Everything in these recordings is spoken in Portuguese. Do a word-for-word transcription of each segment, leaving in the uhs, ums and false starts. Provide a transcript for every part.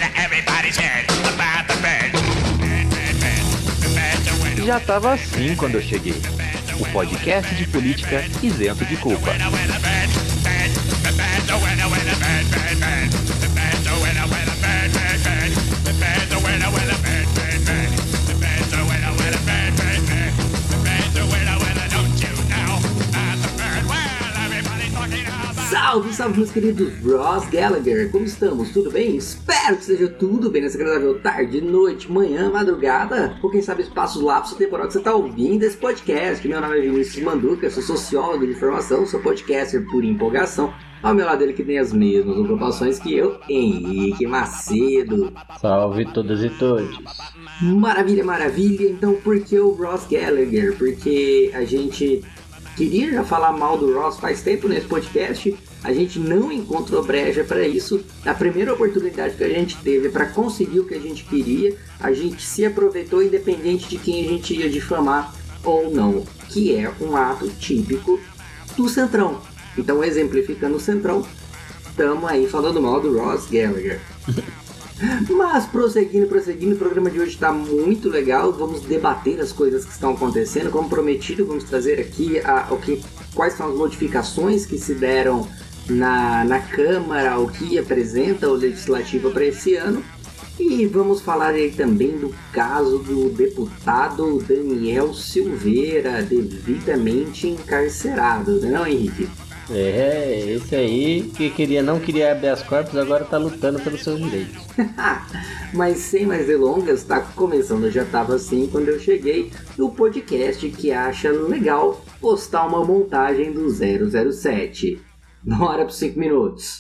Já tava assim quando eu cheguei. O podcast de política isento de culpa. Salve, salve, meus queridos Ross Gallagher, como estamos? Tudo bem? Espero que esteja tudo bem nessa agradável tarde, noite, manhã, madrugada, ou quem sabe espaços lapsos temporal que você está ouvindo esse podcast. Meu nome é Vinícius Manduca, sou sociólogo de formação, sou podcaster por empolgação. Ao meu lado ele que tem as mesmas ocupações que eu, Henrique Macedo. Salve todas e todos. Maravilha, maravilha. Então por que o Ross Gallagher? Porque a gente queria já falar mal do Ross faz tempo nesse podcast, a gente não encontrou brecha para isso. A primeira oportunidade que a gente teve para conseguir o que a gente queria, a gente se aproveitou independente de quem a gente ia difamar ou não, que é um ato típico do Centrão. Então, exemplificando o Centrão, estamos aí falando mal do Ross Gallagher. Mas prosseguindo, prosseguindo, o programa de hoje está muito legal. Vamos debater as coisas que estão acontecendo. Como prometido, vamos trazer aqui a, o que, quais são as modificações que se deram na, na Câmara, o que apresenta o Legislativo para esse ano. E vamos falar aí também do caso do deputado Daniel Silveira, devidamente encarcerado, não é, Henrique? É, esse aí que queria, não queria habeas corpus, agora tá lutando pelos seus direitos. Mas sem mais delongas, tá começando, já tava assim quando eu cheguei, no podcast que acha legal postar uma montagem do zero zero sete. Bora pros cinco minutos.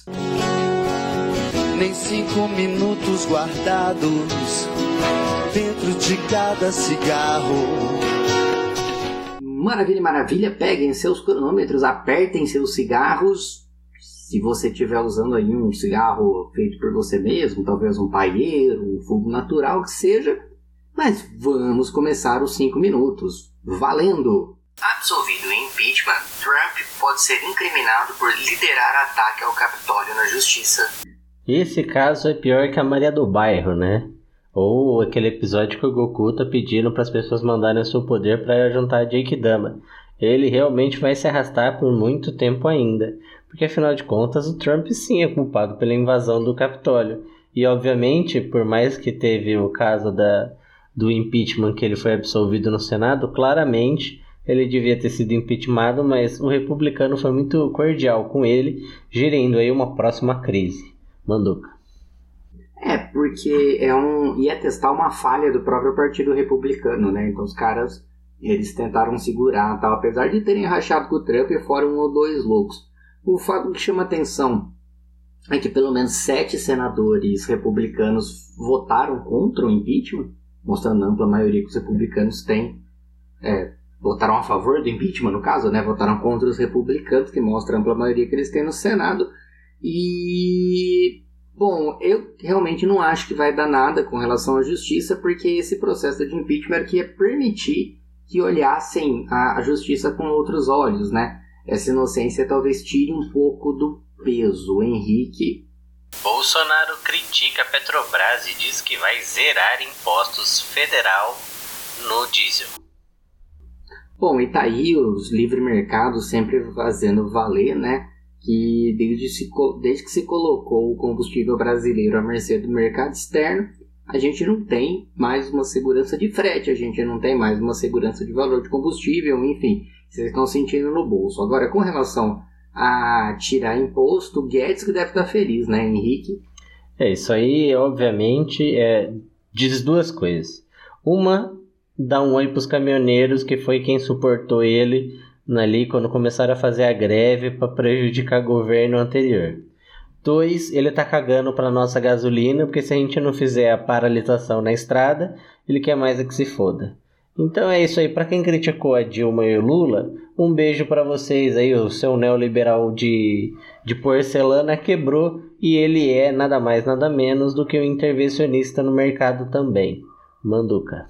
Nem cinco minutos guardados dentro de cada cigarro. Maravilha, maravilha, peguem seus cronômetros, apertem seus cigarros. Se você estiver usando aí um cigarro feito por você mesmo, talvez um paieiro, um fogo natural, que seja. Mas vamos começar os cinco minutos. Valendo! Absolvido em impeachment, Trump pode ser incriminado por liderar ataque ao Capitólio na Justiça. Esse caso é pior que a Maria do Bairro, né? Ou aquele episódio que o Goku tá pedindo para as pessoas mandarem o seu poder para juntar a Jake Dama. Ele realmente vai se arrastar por muito tempo ainda. Porque afinal de contas o Trump sim é culpado pela invasão do Capitólio. E obviamente, por mais que teve o caso da, do impeachment que ele foi absolvido no Senado, claramente ele devia ter sido impeachmentado, mas o republicano foi muito cordial com ele, gerindo aí uma próxima crise. Manduca. É, porque é um, ia testar uma falha do próprio Partido Republicano, né? Então os caras, eles tentaram segurar, tal, apesar de terem rachado com o Trump e foram um ou dois loucos. O fato que chama atenção é que pelo menos sete senadores republicanos votaram contra o impeachment, mostrando a ampla maioria que os republicanos têm, é, votaram a favor do impeachment, no caso, né? Votaram contra os republicanos, que mostra a ampla maioria que eles têm no Senado. E... Bom, eu realmente não acho que vai dar nada com relação à justiça, porque esse processo de impeachment que ia permitir que olhassem a, a justiça com outros olhos, né? Essa inocência talvez tire um pouco do peso. Henrique? Bolsonaro critica a Petrobras e diz que vai zerar impostos federal no diesel. Bom, e tá aí os livre mercados sempre fazendo valer, né? Que desde, se, desde que se colocou o combustível brasileiro à mercê do mercado externo, a gente não tem mais uma segurança de frete, a gente não tem mais uma segurança de valor de combustível, enfim, vocês estão sentindo no bolso. Agora, com relação a tirar imposto, o Guedes que deve estar feliz, né, Henrique? É, isso aí, obviamente, é, diz duas coisas. Uma, dá um oi para os caminhoneiros, que foi quem suportou ele ali quando começaram a fazer a greve para prejudicar o governo anterior. Dois, ele tá cagando para nossa gasolina, porque se a gente não fizer a paralisação na estrada, ele quer mais é que se foda. Então é isso aí, para quem criticou a Dilma e o Lula, um beijo para vocês aí, o seu neoliberal de, de porcelana quebrou e ele é nada mais nada menos do que um intervencionista no mercado também. Manduca.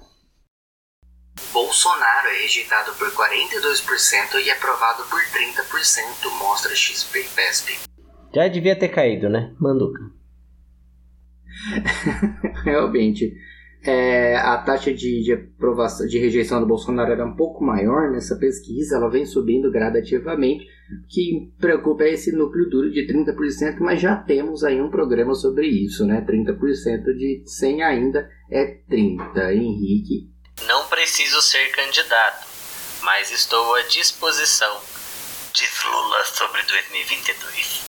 Bolsonaro é rejeitado por quarenta e dois por cento e aprovado por trinta por cento, mostra X P P E S P. Já devia ter caído, né? Manduca. Realmente. É, a taxa de, de aprovação, de rejeição do Bolsonaro era um pouco maior nessa pesquisa, ela vem subindo gradativamente. O que preocupa é esse núcleo duro de trinta por cento, mas já temos aí um programa sobre isso, né? trinta por cento de cem ainda é trinta por cento. Henrique? Não preciso ser candidato, mas estou à disposição. Diz Lula sobre dois mil e vinte e dois.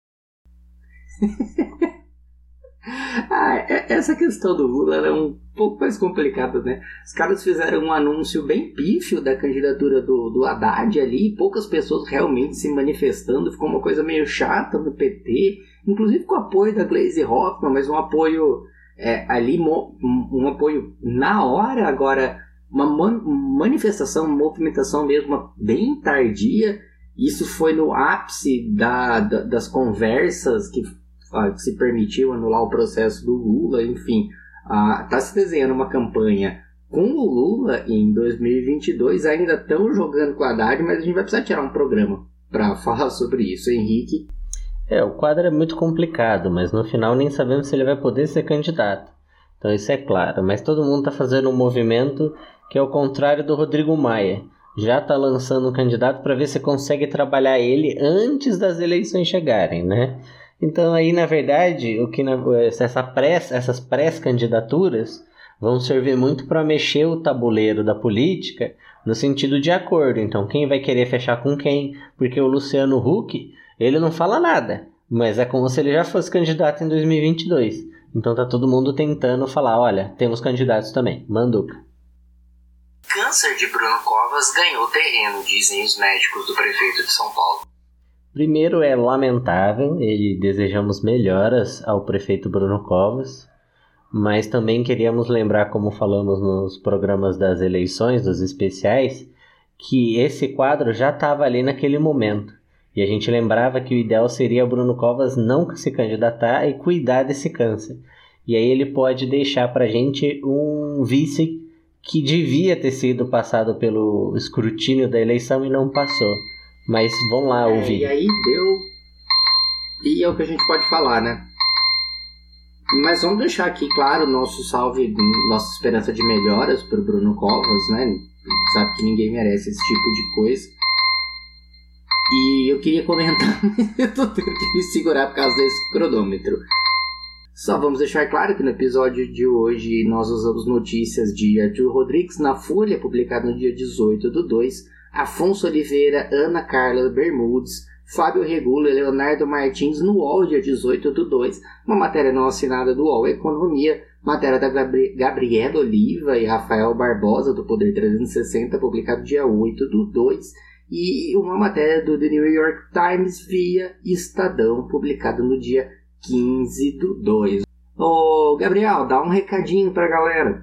Ah, essa questão do Lula era um pouco mais complicada, né? Os caras fizeram um anúncio bem pífio da candidatura do, do Haddad ali, poucas pessoas realmente se manifestando, ficou uma coisa meio chata no P T, inclusive com o apoio da Gleisi Hoffmann, mas um apoio é, ali, um apoio na hora, agora uma man, manifestação, uma movimentação mesmo bem tardia. Isso foi no ápice da, da, das conversas que que se permitiu anular o processo do Lula, enfim, está se desenhando uma campanha com o Lula em dois mil e vinte e dois, ainda estão jogando com a Haddad, mas a gente vai precisar tirar um programa para falar sobre isso, Henrique. É, o quadro é muito complicado, mas no final nem sabemos se ele vai poder ser candidato, então isso é claro, mas todo mundo está fazendo um movimento que é o contrário do Rodrigo Maia, já está lançando um candidato para ver se consegue trabalhar ele antes das eleições chegarem, né? Então aí, na verdade, o que na, essa pré, essas pré-candidaturas vão servir muito para mexer o tabuleiro da política no sentido de acordo. Então, quem vai querer fechar com quem? Porque o Luciano Huck, ele não fala nada, mas é como se ele já fosse candidato em dois mil e vinte e dois. Então tá todo mundo tentando falar, olha, temos candidatos também, Manduca. Câncer de Bruno Covas ganhou terreno, dizem os médicos do prefeito de São Paulo. Primeiro, é lamentável e desejamos melhoras ao prefeito Bruno Covas, mas também queríamos lembrar, como falamos nos programas das eleições, dos especiais, que esse quadro já estava ali naquele momento. E a gente lembrava que o ideal seria Bruno Covas não se candidatar e cuidar desse câncer. E aí ele pode deixar para a gente um vice que devia ter sido passado pelo escrutínio da eleição e não passou. Mas vamos lá ouvir. É, e aí deu... E é o que a gente pode falar, né? Mas vamos deixar aqui, claro, nosso salve, nossa esperança de melhoras pro Bruno Covas, né? Sabe que ninguém merece esse tipo de coisa. E eu queria comentar, mas eu tô tendo que me segurar por causa desse cronômetro. Só vamos deixar claro que no episódio de hoje nós usamos notícias de Arthur Rodrigues na Folha, publicado no dia dezoito do dois, Afonso Oliveira, Ana Carla Bermudes, Fábio Regula e Leonardo Martins no U O L, dia dezoito do dois, uma matéria não assinada do U O L Economia, matéria da Gabri- Gabriela Oliva e Rafael Barbosa, do Poder trezentos e sessenta, publicado dia oito do dois, e uma matéria do The New York Times via Estadão, publicado no dia quinze do dois. Ô, Gabriel, dá um recadinho pra galera.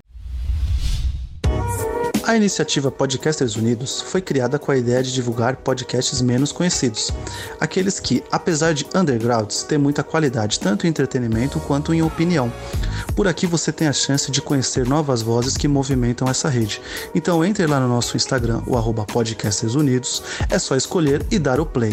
A iniciativa Podcasters Unidos foi criada com a ideia de divulgar podcasts menos conhecidos, aqueles que, apesar de undergrounds, têm muita qualidade tanto em entretenimento quanto em opinião. Por aqui você tem a chance de conhecer novas vozes que movimentam essa rede. Então entre lá no nosso Instagram, o arroba Podcasters Unidos, é só escolher e dar o play.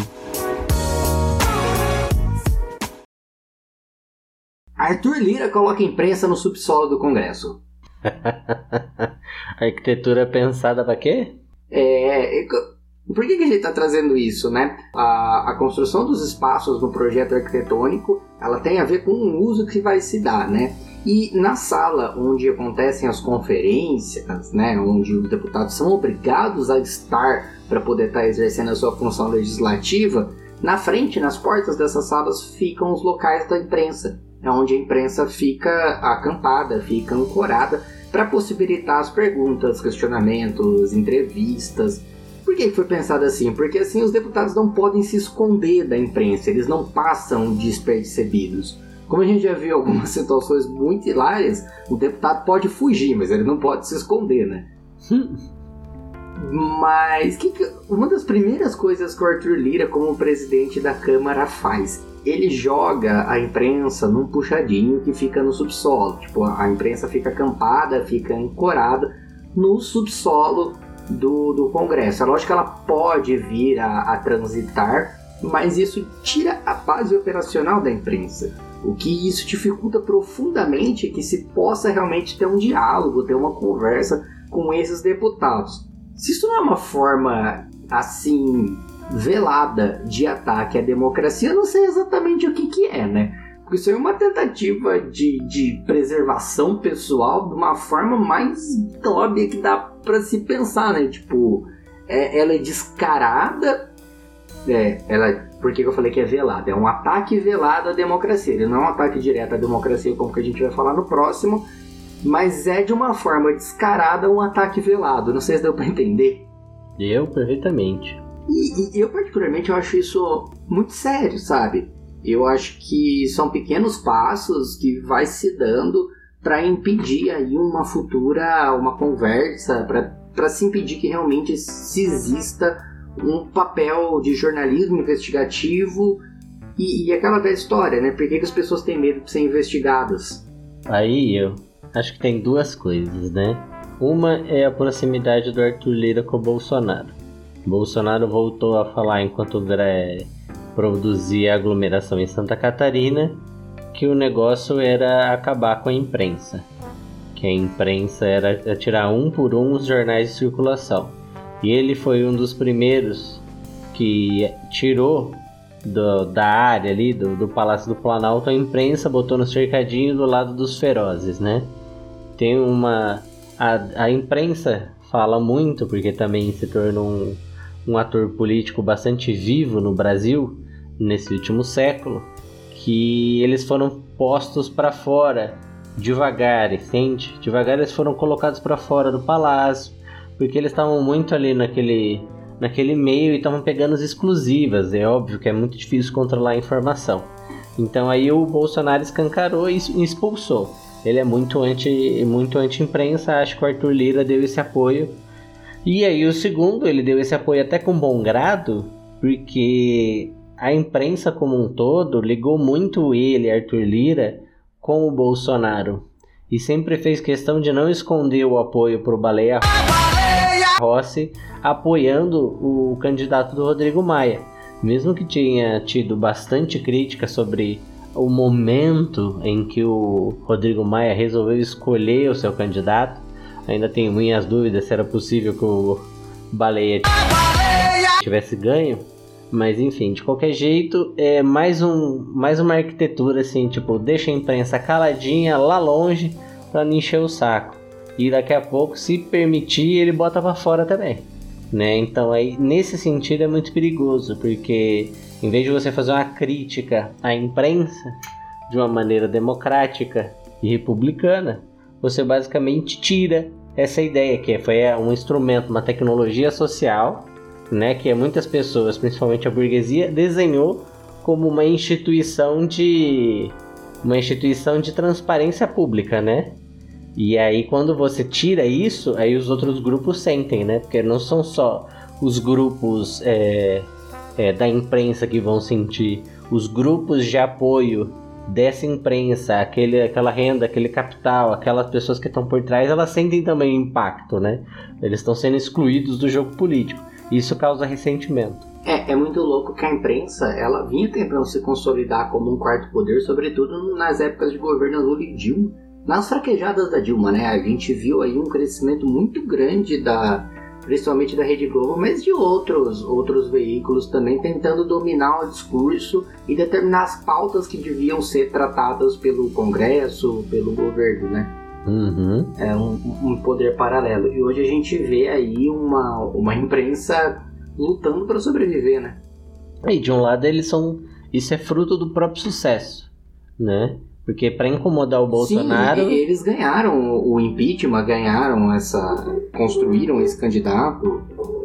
Arthur Lira coloca imprensa no subsolo do Congresso. Arquitetura pensada pra quê? É, por que, que a gente está trazendo isso, né? A, a construção dos espaços no projeto arquitetônico, ela tem a ver com o uso que vai se dar, né? E na sala onde acontecem as conferências, né, onde os deputados são obrigados a estar para poder estar exercendo a sua função legislativa, na frente, nas portas dessas salas, ficam os locais da imprensa. É onde a imprensa fica acampada, fica ancorada para possibilitar as perguntas, questionamentos, entrevistas. Por que foi pensado assim? Porque assim os deputados não podem se esconder da imprensa, eles não passam despercebidos. Como a gente já viu em algumas situações muito hilárias, o deputado pode fugir, mas ele não pode se esconder, né? Mas que que, uma das primeiras coisas que o Arthur Lira, como presidente da Câmara, faz, ele joga a imprensa num puxadinho que fica no subsolo. Tipo, a imprensa fica acampada, fica ancorada no subsolo do, do Congresso. É lógico que ela pode vir a, a transitar, mas isso tira a base operacional da imprensa. O que isso dificulta profundamente que se possa realmente ter um diálogo, ter uma conversa com esses deputados. Se isso não é uma forma, assim, velada de ataque à democracia, eu não sei exatamente o que que é, né? Porque isso é uma tentativa de, de preservação pessoal de uma forma mais óbvia que dá pra se pensar, né? Tipo, é, ela é descarada, é, ela... Por que eu falei que é velado? É um ataque velado à democracia. Ele não é um ataque direto à democracia, como que a gente vai falar no próximo, mas é de uma forma descarada um ataque velado. Não sei se deu pra entender. Deu perfeitamente. E, e eu, particularmente, eu acho isso muito sério, sabe? Eu acho que são pequenos passos que vai se dando para impedir aí uma futura, uma conversa, para se impedir que realmente se exista um papel de jornalismo investigativo e, e aquela velha história, né? Por que, que as pessoas têm medo de ser investigadas? Aí eu acho que tem duas coisas, né? Uma é a proximidade do Arthur Lira com o Bolsonaro. O Bolsonaro voltou a falar enquanto o Gré produzia aglomeração em Santa Catarina que o negócio era acabar com a imprensa. Que a imprensa era tirar um por um os jornais de circulação. E ele foi um dos primeiros que tirou do, da área ali, do, do Palácio do Planalto, a imprensa, botou no cercadinho do lado dos ferozes, né? Tem uma... A, a imprensa fala muito, porque também se tornou um, um ator político bastante vivo no Brasil, nesse último século, que eles foram postos para fora, devagar, entende? Devagar eles foram colocados para fora do palácio, porque eles estavam muito ali naquele, naquele meio e estavam pegando as exclusivas. É óbvio que é muito difícil controlar a informação. Então aí o Bolsonaro escancarou e expulsou. Ele é muito anti, muito anti-imprensa, acho que o Arthur Lira deu esse apoio. E aí o segundo, ele deu esse apoio até com bom grado, porque a imprensa como um todo ligou muito ele, Arthur Lira, com o Bolsonaro. E sempre fez questão de não esconder o apoio para o Baleia Rossi, apoiando o candidato do Rodrigo Maia. Mesmo que tinha tido bastante crítica sobre o momento em que o Rodrigo Maia resolveu escolher o seu candidato, ainda tenho minhas dúvidas se era possível que o Baleia tivesse ganho. Mas enfim, de qualquer jeito, é mais, um, mais uma arquitetura assim, tipo, deixa a imprensa caladinha lá longe pra não encher o saco. E daqui a pouco, se permitir, ele bota pra fora também, né? Então aí, nesse sentido é muito perigoso, porque em vez de você fazer uma crítica à imprensa de uma maneira democrática e republicana, você basicamente tira essa ideia, que foi um instrumento, uma tecnologia social, né, que muitas pessoas, principalmente a burguesia, desenhou como uma instituição de uma instituição de transparência pública, né? E aí quando você tira isso, aí os outros grupos sentem, né? Porque não são só os grupos é, é, da imprensa que vão sentir, os grupos de apoio dessa imprensa, aquele, aquela renda, aquele capital, aquelas pessoas que estão por trás, elas sentem também o impacto, né? Eles estão sendo excluídos do jogo político. Isso causa ressentimento. É, é muito louco que a imprensa, ela vinha tentando se consolidar como um quarto poder, sobretudo nas épocas de governo Lula e Dilma. Nas fraquejadas da Dilma, né? A gente viu aí um crescimento muito grande, da, principalmente da Rede Globo, mas de outros, outros veículos também, tentando dominar o discurso e determinar as pautas que deviam ser tratadas pelo Congresso, pelo governo, né? Uhum. É um, um poder paralelo. E hoje a gente vê aí uma, uma imprensa lutando para sobreviver, né? E de um lado eles são... Isso é fruto do próprio sucesso, né? Porque para incomodar o Bolsonaro... Sim, eles ganharam o impeachment, ganharam essa... construíram esse candidato.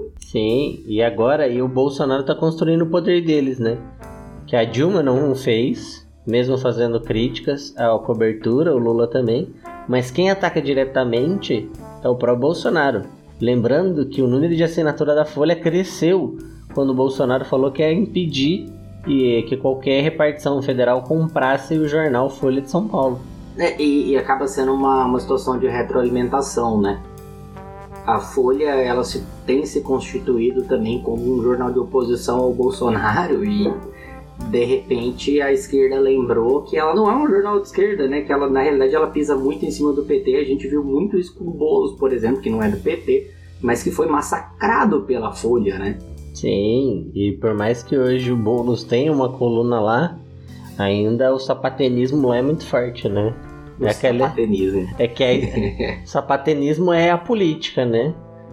Sim, e agora e o Bolsonaro tá construindo o poder deles, né? Que a Dilma não fez, mesmo fazendo críticas à cobertura, o Lula também. Mas quem ataca diretamente é o próprio Bolsonaro. Lembrando que o número de assinatura da Folha cresceu quando o Bolsonaro falou que ia impedir e que qualquer repartição federal comprasse o jornal Folha de São Paulo. É, e, e acaba sendo uma, uma situação de retroalimentação, né? A Folha, ela se, tem se constituído também como um jornal de oposição ao Bolsonaro e de repente a esquerda lembrou que ela não é um jornal de esquerda, né? Que ela, na realidade, ela pisa muito em cima do P T. A gente viu muito isso com o Boulos, por exemplo, que não é do P T, mas que foi massacrado pela Folha, né? Sim, e por mais que hoje o Boulos tenha uma coluna lá, ainda o sapatenismo lá é muito forte, né? O é aquele, sapatenismo. É que é, sapatenismo é a política, né?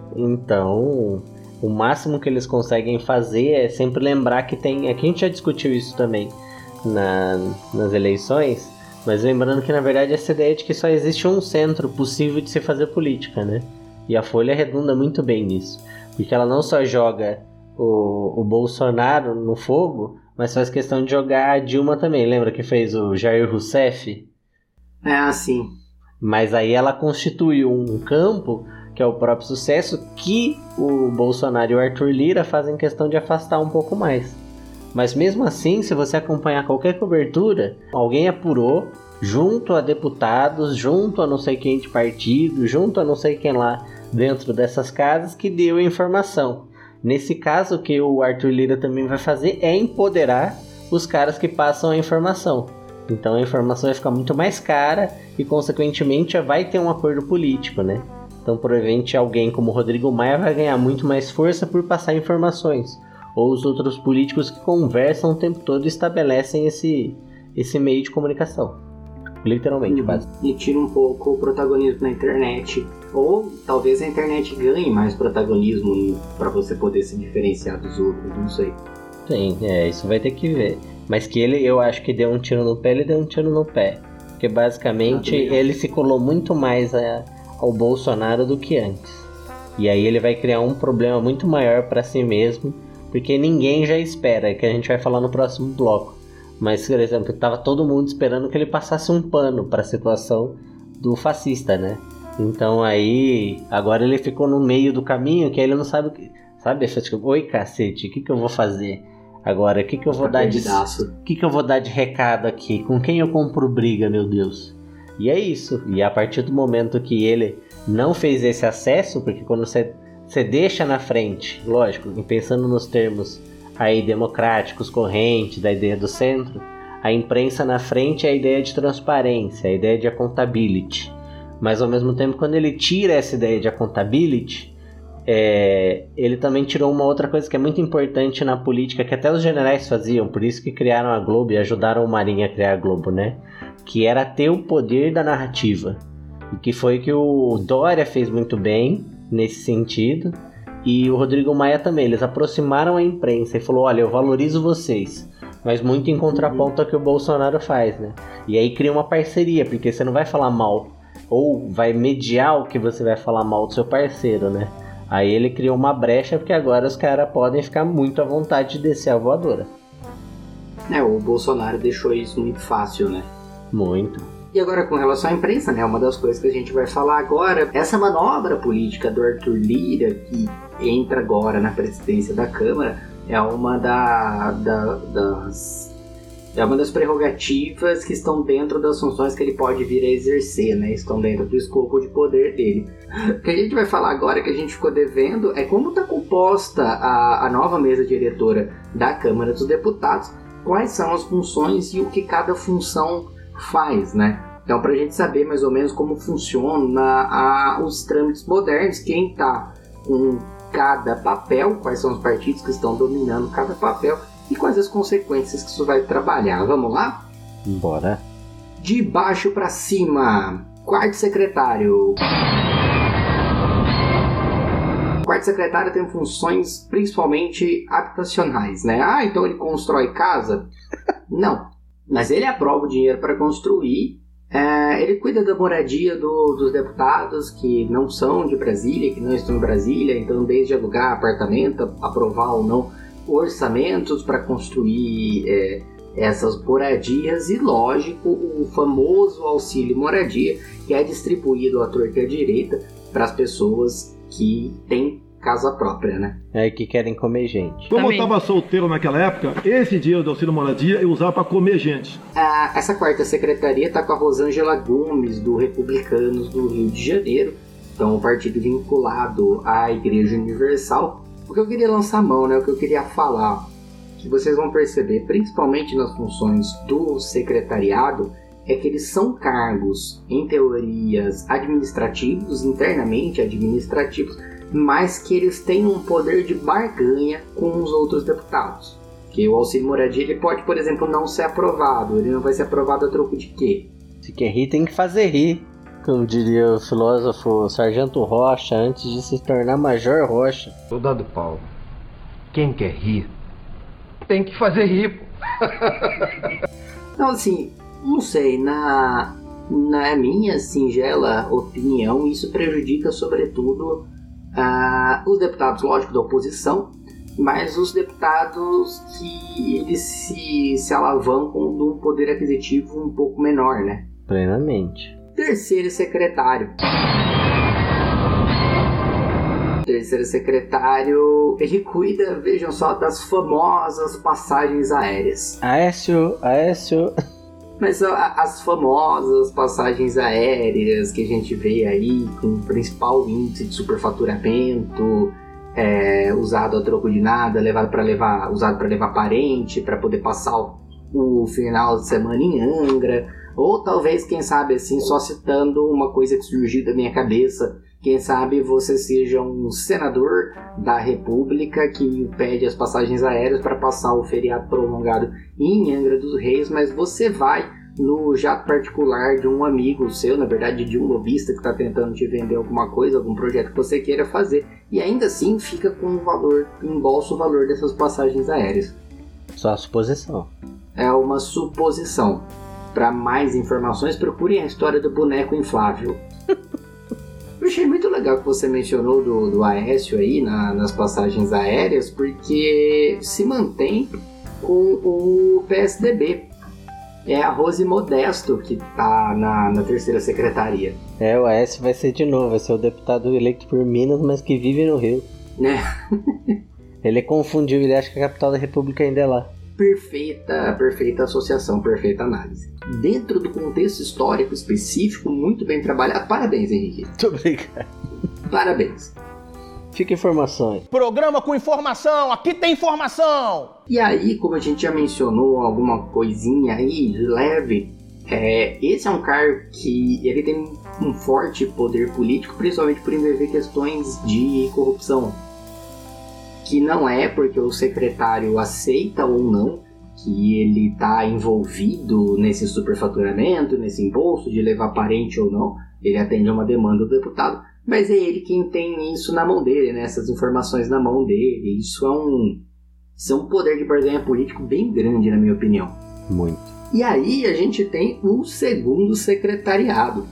Então, o máximo que eles conseguem fazer é sempre lembrar que tem... Aqui a gente já discutiu isso também na, nas eleições, mas lembrando que na verdade essa ideia de que só existe um centro possível de se fazer política, né? E a Folha redunda muito bem nisso, porque ela não só joga o, o Bolsonaro no fogo, mas faz questão de jogar a Dilma também. Lembra que fez o Jair Rousseff? É assim. Mas aí ela constituiu um campo que é o próprio sucesso, que o Bolsonaro e o Arthur Lira fazem questão de afastar um pouco mais. Mas mesmo assim, se você acompanhar qualquer cobertura, alguém apurou, junto a deputados, junto a não sei quem de partido, junto a não sei quem lá dentro dessas casas, que deu a informação. Nesse caso, o que o Arthur Lira também vai fazer é empoderar os caras que passam a informação. Então a informação vai ficar muito mais cara e, consequentemente, vai ter um acordo político, né? Então, provavelmente, alguém como Rodrigo Maia vai ganhar muito mais força por passar informações. Ou os outros políticos que conversam o tempo todo e estabelecem esse, esse meio de comunicação. Literalmente, uhum. quase. E tira um pouco o protagonismo na internet. Ou talvez a internet ganhe mais protagonismo para você poder se diferenciar dos outros, não sei. Sim, é, isso vai ter que ver. Mas que ele, eu acho que deu um tiro no pé, ele deu um tiro no pé. Porque basicamente ele se colou muito mais a... ao Bolsonaro do que antes. E aí ele vai criar um problema muito maior para si mesmo, porque ninguém já espera, que a gente vai falar no próximo bloco. Mas, por exemplo, tava todo mundo esperando que ele passasse um pano para a situação do fascista, né? Então aí, agora ele ficou no meio do caminho, que aí ele não sabe o que... Sabe? Tipo, oi cacete, o que que eu vou fazer agora? O que que eu vou tá dar de... O que que eu vou dar de recado aqui? Com quem eu compro briga, meu Deus? E é isso, e a partir do momento que ele não fez esse acesso, porque quando você, você deixa na frente, lógico, pensando nos termos aí democráticos, correntes, da ideia do centro, a imprensa na frente é a ideia de transparência, a ideia de accountability. Mas ao mesmo tempo, quando ele tira essa ideia de accountability, é, ele também tirou uma outra coisa que é muito importante na política, que até os generais faziam, por isso que criaram a Globo e ajudaram o Marinho a criar a Globo, né? Que era ter o poder da narrativa. E que foi que o Dória fez muito bem nesse sentido. E o Rodrigo Maia também. Eles aproximaram a imprensa e falou, olha, eu valorizo vocês, mas muito em contraponto ao que o Bolsonaro faz, né? E aí cria uma parceria, porque você não vai falar mal, ou vai mediar o que você vai falar mal do seu parceiro, né? Aí ele criou uma brecha, porque agora os caras podem ficar muito à vontade de descer a voadora. É, o Bolsonaro deixou isso muito fácil, né? Muito. E agora com relação à imprensa, né, uma das coisas que a gente vai falar agora, essa manobra política do Arthur Lira, que entra agora na presidência da Câmara, é uma da, da, das, é uma das prerrogativas que estão dentro das funções que ele pode vir a exercer, né, estão dentro do escopo de poder dele. O que a gente vai falar agora, que a gente ficou devendo, é como está composta a, a nova mesa diretora da Câmara dos Deputados, quais são as funções e o que cada função faz, né? Então, para a gente saber mais ou menos como funciona a, os trâmites modernos, quem está com cada papel, quais são os partidos que estão dominando cada papel e quais as consequências que isso vai trabalhar. Vamos lá? Bora. De baixo para cima, quarto secretário. O quarto secretário tem funções principalmente habitacionais, né? Ah, então ele constrói casa? Não. Mas ele aprova o dinheiro para construir, é, ele cuida da moradia do, dos deputados que não são de Brasília, que não estão em Brasília, então desde alugar apartamento, aprovar ou não orçamentos para construir é, essas moradias e, lógico, o famoso auxílio moradia, que é distribuído à torta e à direita para as pessoas que têm casa própria, né? É, que querem comer gente. Como Também. eu estava solteiro naquela época, esse dinheiro do auxílio moradia eu usava para comer gente. Ah, essa quarta secretaria está com a Rosângela Gomes, do Republicanos do Rio de Janeiro, então um partido vinculado à Igreja Universal. O que eu queria lançar a mão, né? O que eu queria falar, que vocês vão perceber, principalmente nas funções do secretariado, é que eles são cargos, em teorias, administrativos, internamente administrativos, mas que eles têm um poder de barganha com os outros deputados. Que o auxílio moradia ele pode, por exemplo, não ser aprovado. Ele não vai ser aprovado a troco de quê? Se quer rir, tem que fazer rir. Como diria o filósofo Sargento Rocha, antes de se tornar Major Rocha. Soldado Paulo, quem quer rir, tem que fazer rir. Então, assim, não sei, na, na minha singela opinião, isso prejudica, sobretudo, uh, os deputados, lógico, da oposição, mas os deputados que eles se, se alavancam de um poder aquisitivo um pouco menor, né? Plenamente. Terceiro secretário. Terceiro secretário, ele cuida, vejam só, das famosas passagens aéreas. Aécio, Aécio... Mas as famosas passagens aéreas que a gente vê aí com o principal índice de superfaturamento, é, usado a troco de nada, levado para levar, usado para levar parente, para poder passar o, o final de semana em Angra, ou talvez, quem sabe, assim, só citando uma coisa que surgiu da minha cabeça, quem sabe você seja um senador da República que pede as passagens aéreas para passar o feriado prolongado em Angra dos Reis, mas você vai no jato particular de um amigo seu, na verdade de um lobista que está tentando te vender alguma coisa, algum projeto que você queira fazer, e ainda assim fica com o valor, embolsa o valor dessas passagens aéreas. Só a suposição. É uma suposição. Para mais informações, procurem a história do boneco inflável. Eu achei muito legal que você mencionou do, do Aécio aí na, nas passagens aéreas, porque se mantém com o P S D B. É a Rose Modesto que tá na, na terceira secretaria. É, o Aécio vai ser de novo, vai ser o deputado eleito por Minas, mas que vive no Rio. Né? Ele confundiu, ele acha que a capital da República ainda é lá. Perfeita, perfeita associação, perfeita análise. Dentro do contexto histórico específico, muito bem trabalhado. Parabéns, Henrique. Muito obrigado. Parabéns. Fica informações. Programa com informação, aqui tem informação! E aí, como a gente já mencionou alguma coisinha aí, leve, é, esse é um cargo que ele tem um forte poder político, principalmente por envolver questões de corrupção. Que não é porque o secretário aceita ou não que ele está envolvido nesse superfaturamento, nesse imposto de levar parente ou não, ele atende a uma demanda do deputado, mas é ele quem tem isso na mão dele, né? Essas informações na mão dele. Isso é um, isso é um poder de barganha político bem grande, na minha opinião. Muito. E aí a gente tem o segundo secretariado.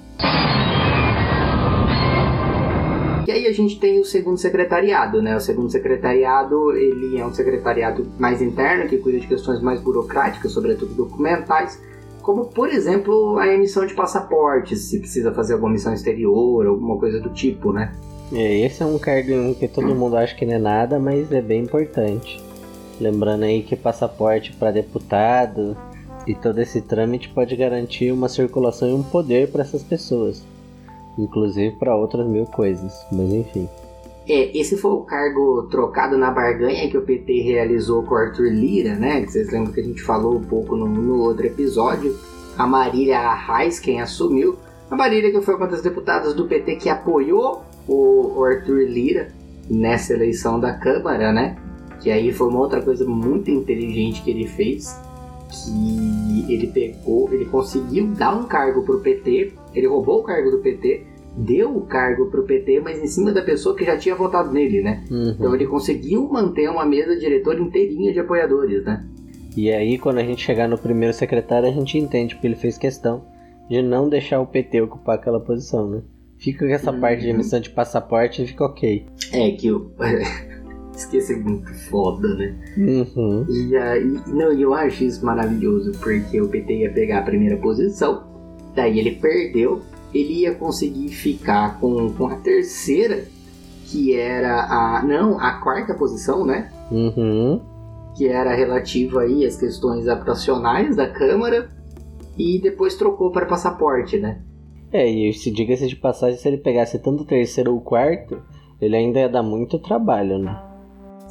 E aí a gente tem o segundo secretariado, né? O segundo secretariado, ele é um secretariado mais interno, que cuida de questões mais burocráticas, sobretudo documentais, como, por exemplo, a emissão de passaportes, se precisa fazer alguma missão exterior, alguma coisa do tipo, né? É, esse é um cargo que todo mundo acha que não é nada, mas é bem importante. Lembrando aí que passaporte para deputado e todo esse trâmite pode garantir uma circulação e um poder para essas pessoas. Inclusive para outras mil coisas, mas enfim. É, esse foi o cargo trocado na barganha que o P T realizou com o Arthur Lira, né? Que vocês lembram que a gente falou um pouco no, no outro episódio. A Marília Arraes, quem assumiu. A Marília, que foi uma das deputadas do P T que apoiou o, o Arthur Lira nessa eleição da Câmara, né? Que aí foi uma outra coisa muito inteligente que ele fez. Que ele pegou, ele conseguiu dar um cargo pro P T, ele roubou o cargo do P T, deu o cargo pro P T, mas em cima da pessoa que já tinha votado nele, né? Uhum. Então ele conseguiu manter uma mesa diretora inteirinha de apoiadores, né? E aí, quando a gente chegar no primeiro secretário, a gente entende porque ele fez questão de não deixar o P T ocupar aquela posição, né? Fica com essa uhum. parte de emissão de passaporte e fica ok. É que o... Esqueci, muito foda, né? Uhum. E aí, não, eu acho isso maravilhoso, porque o P T ia pegar a primeira posição, daí ele perdeu, ele ia conseguir ficar com, com a terceira, que era a... Não, a quarta posição, né? Uhum. Que era relativa aí às questões habitacionais da Câmara, e depois trocou para passaporte, né? É, e se diga-se de passagem, se ele pegasse tanto o terceiro ou o quarto, ele ainda ia dar muito trabalho, né?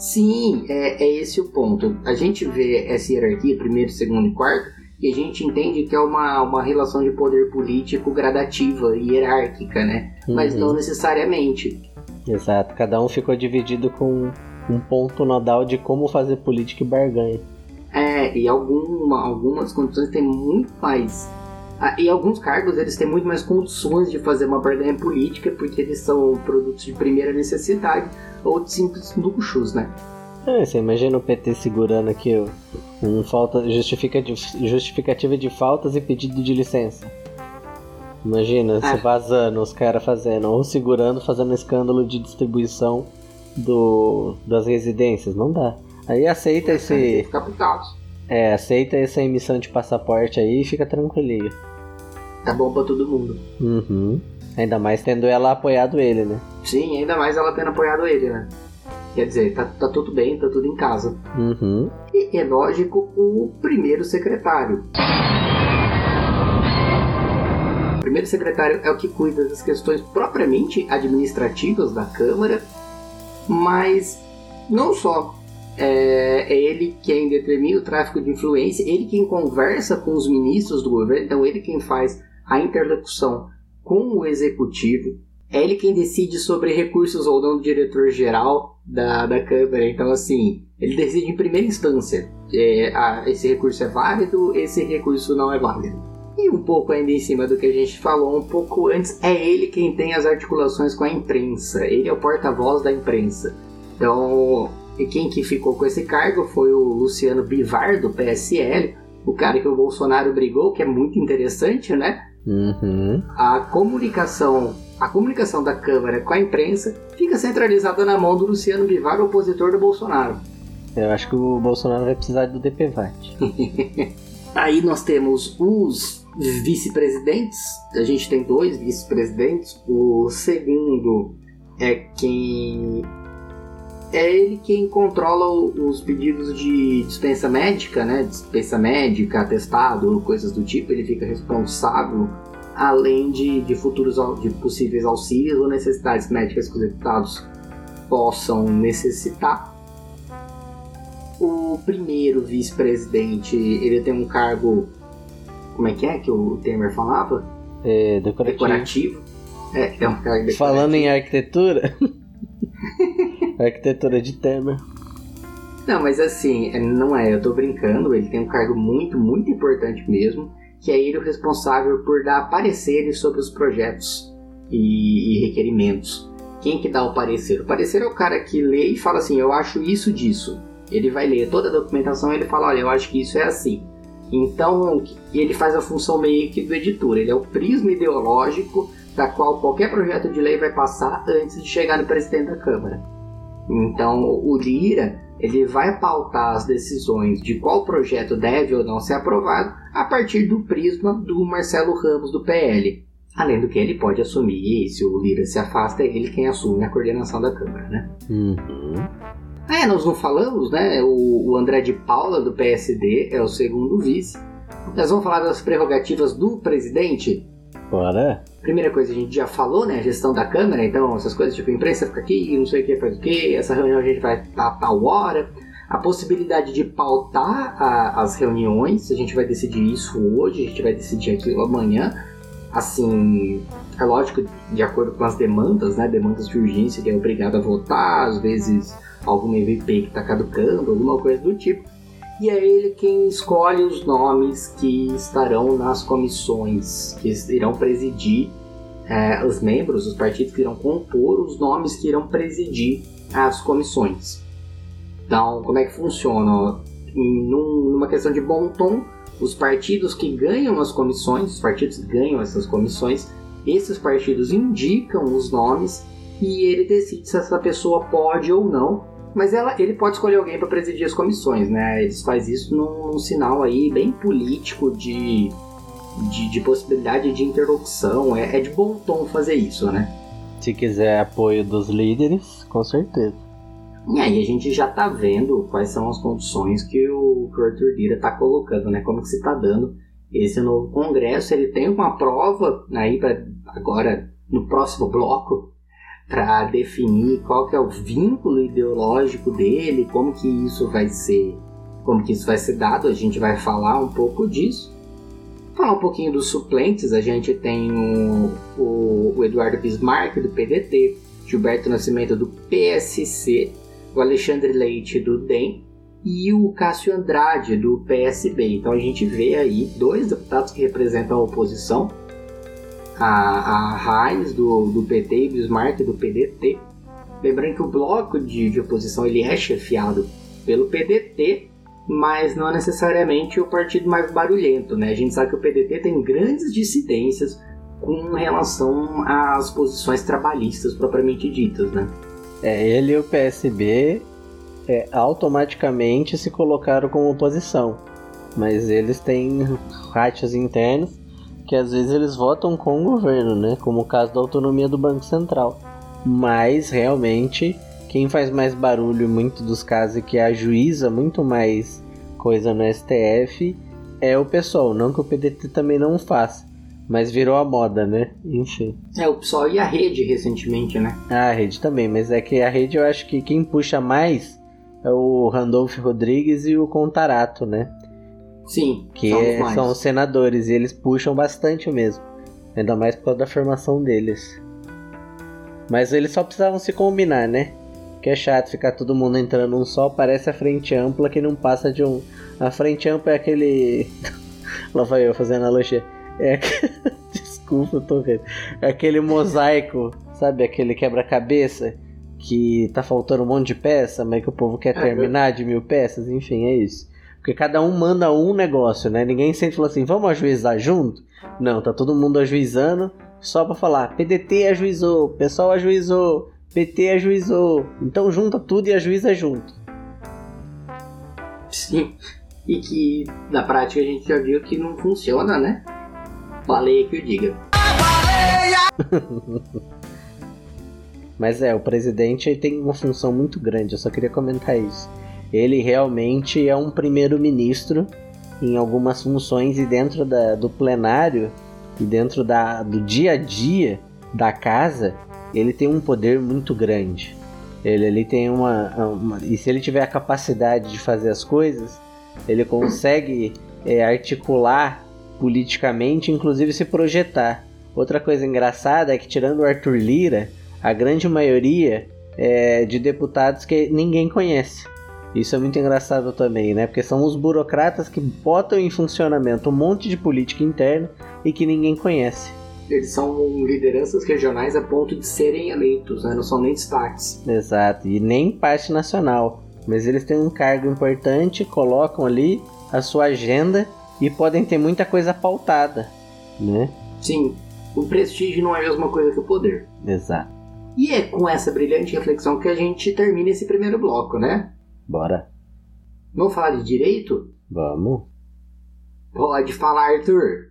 Sim, é, é esse o ponto. A gente vê essa hierarquia, primeiro, segundo e quarto, e a gente entende que é uma, uma relação de poder político gradativa e hierárquica, né? Uhum. Mas não necessariamente. Exato, cada um ficou dividido com um ponto nodal de como fazer política e barganha. É, e alguma, algumas condições têm muito mais... E alguns cargos eles têm muito mais condições de fazer uma barganha política porque eles são produtos de primeira necessidade ou de simples luxos, né? É, você imagina o P T segurando aqui ó, um falta, justificativa, justificativa de faltas e pedido de licença. Imagina, ah. se vazando, os caras fazendo, ou segurando, fazendo escândalo de distribuição do, das residências. Não dá. Aí aceita é, esse... É, aceita essa emissão de passaporte aí e fica tranquilinho. Tá bom pra todo mundo. Uhum. Ainda mais tendo ela apoiado ele, né? Sim, ainda mais ela tendo apoiado ele, né? Quer dizer, tá, tá tudo bem, tá tudo em casa. Uhum. E é lógico, o primeiro secretário. O primeiro secretário é o que cuida das questões propriamente administrativas da Câmara, mas não só. É, é ele quem determina o tráfico de influência, ele quem conversa com os ministros do governo, então ele quem faz a interlocução com o executivo, é ele quem decide sobre recursos ou não do diretor-geral da, da Câmara. Então, assim, ele decide em primeira instância, é, a, esse recurso é válido, esse recurso não é válido. E um pouco ainda em cima do que a gente falou um pouco antes, é ele quem tem as articulações com a imprensa, ele é o porta-voz da imprensa. Então... E quem que ficou com esse cargo foi o Luciano Bivar, do P S L, o cara que o Bolsonaro brigou, que é muito interessante, né? Uhum. A comunicação, a comunicação da Câmara com a imprensa fica centralizada na mão do Luciano Bivar, opositor do Bolsonaro. Eu acho que o Bolsonaro vai precisar do D P V A T. Aí nós temos os vice-presidentes, a gente tem dois vice-presidentes, o segundo é quem... É ele quem controla os pedidos de dispensa médica, né? Dispensa médica, atestado, coisas do tipo. Ele fica responsável, além de, de futuros de possíveis auxílios ou necessidades médicas que os deputados possam necessitar. O primeiro vice-presidente, ele tem um cargo... Como é que é que o Temer falava? É, decorativo. Decorativo. É, é um cargo decorativo. Falando em arquitetura... Arquitetura de Temer. Não, mas assim, não é, eu tô brincando, ele tem um cargo muito, muito importante mesmo, que é ele o responsável por dar pareceres sobre os projetos e, e requerimentos. Quem que dá o parecer? O parecer é o cara que lê e fala assim, eu acho isso disso. Ele vai ler toda a documentação e ele fala, olha, eu acho que isso é assim. Então, ele faz a função meio que do editor, ele é o prisma ideológico da qual qualquer projeto de lei vai passar antes de chegar no presidente da Câmara. Então, o Lira, ele vai pautar as decisões de qual projeto deve ou não ser aprovado a partir do prisma do Marcelo Ramos, do P L. Além do que ele pode assumir, se o Lira se afasta, é ele quem assume a coordenação da Câmara, né? Uhum. É, nós não falamos, né? O, o André de Paula, do P S D, é o segundo vice. Nós vamos falar das prerrogativas do presidente. Bora. Primeira coisa, a gente já falou, né? A gestão da Câmara, então essas coisas tipo, a imprensa fica aqui, não sei o que, faz o que, essa reunião a gente vai a tal hora. A possibilidade de pautar a, as reuniões, a gente vai decidir isso hoje, a gente vai decidir aquilo amanhã. Assim, é lógico, de acordo com as demandas, né? Demandas de urgência que é obrigado a votar, às vezes algum M V P que está caducando, alguma coisa do tipo. E é ele quem escolhe os nomes que estarão nas comissões, que irão presidir, é, os membros, os partidos que irão compor os nomes que irão presidir as comissões. Então, como é que funciona? Em, num, numa questão de bom tom, os partidos que ganham as comissões, os partidos que ganham essas comissões, esses partidos indicam os nomes e ele decide se essa pessoa pode ou não. Mas ela, ele pode escolher alguém para presidir as comissões, né? Eles fazem isso num, num sinal aí bem político de, de, de possibilidade de interlocução. É, é de bom tom fazer isso, né? Se quiser apoio dos líderes, com certeza. E aí a gente já tá vendo quais são as condições que o, que o Arthur Lira tá colocando, né? Como que se tá dando esse novo Congresso. Ele tem uma prova aí para agora, no próximo bloco, para definir qual que é o vínculo ideológico dele, como que isso vai ser, como que isso vai ser dado. A gente vai falar um pouco disso. Falar um pouquinho dos suplentes. A gente tem o, o, o Eduardo Bismarck do P D T, Gilberto Nascimento do P S C, o Alexandre Leite do D E M e o Cássio Andrade do P S B. Então a gente vê aí dois deputados que representam a oposição, a, a Reis do, do P T e Bismarck do P D T. Lembrando que o bloco de, de oposição ele é chefiado pelo P D T, mas não é necessariamente o partido mais barulhento, né? A gente sabe que o P D T tem grandes dissidências com relação às posições trabalhistas propriamente ditas, né? É, ele e o P S B é, automaticamente se colocaram como oposição, mas eles têm rachas internos que às vezes eles votam com o governo, né? Como o caso da autonomia do Banco Central. Mas realmente quem faz mais barulho em muitos dos casos e que ajuiza muito mais coisa no S T F é o PSOL. Não que o P D T também não faça, mas virou a moda, né? Enfim. É, o PSOL e a Rede recentemente, né? Ah, a Rede também, mas é que a Rede eu acho que quem puxa mais é o Randolfo Rodrigues e o Contarato, né? Sim, que é, são os senadores e eles puxam bastante mesmo, ainda mais por causa da formação deles. Mas eles só precisavam se combinar, né? Que é chato ficar todo mundo entrando num só, parece a frente ampla que não passa de um... A frente ampla é aquele... Lá vai eu fazendo analogia. É aquele... Desculpa, eu tô vendo. É aquele mosaico, sabe? Aquele quebra-cabeça que tá faltando um monte de peça, mas que o povo quer terminar de mil peças. Enfim, é isso. Porque cada um manda um negócio, né? Ninguém sempre fala assim, vamos ajuizar junto? Não, tá todo mundo ajuizando só pra falar, P D T ajuizou, pessoal ajuizou, P T ajuizou. Então junta tudo e ajuiza junto. Sim, e que na prática a gente já viu que não funciona, né? Baleia que o diga. Mas é, o presidente tem uma função muito grande, eu só queria comentar isso. Ele realmente é um primeiro-ministro em algumas funções e dentro da, do plenário e dentro da, do dia a dia da casa, ele tem um poder muito grande. Ele, ele tem uma, uma... E se ele tiver a capacidade de fazer as coisas, ele consegue é, articular politicamente, inclusive se projetar. Outra coisa engraçada é que, tirando o Arthur Lira, a grande maioria é de deputados que ninguém conhece. Isso é muito engraçado também, né? Porque são os burocratas que botam em funcionamento um monte de política interna e que ninguém conhece. Eles são lideranças regionais a ponto de serem eleitos, né? Não são nem destaques. Exato, e nem parte nacional. Mas eles têm um cargo importante, colocam ali a sua agenda e podem ter muita coisa pautada, né? Sim, o prestígio não é a mesma coisa que o poder. Exato. E é com essa brilhante reflexão que a gente termina esse primeiro bloco, né? Bora. Vamos falar de direito? Vamos. Pode falar, Arthur.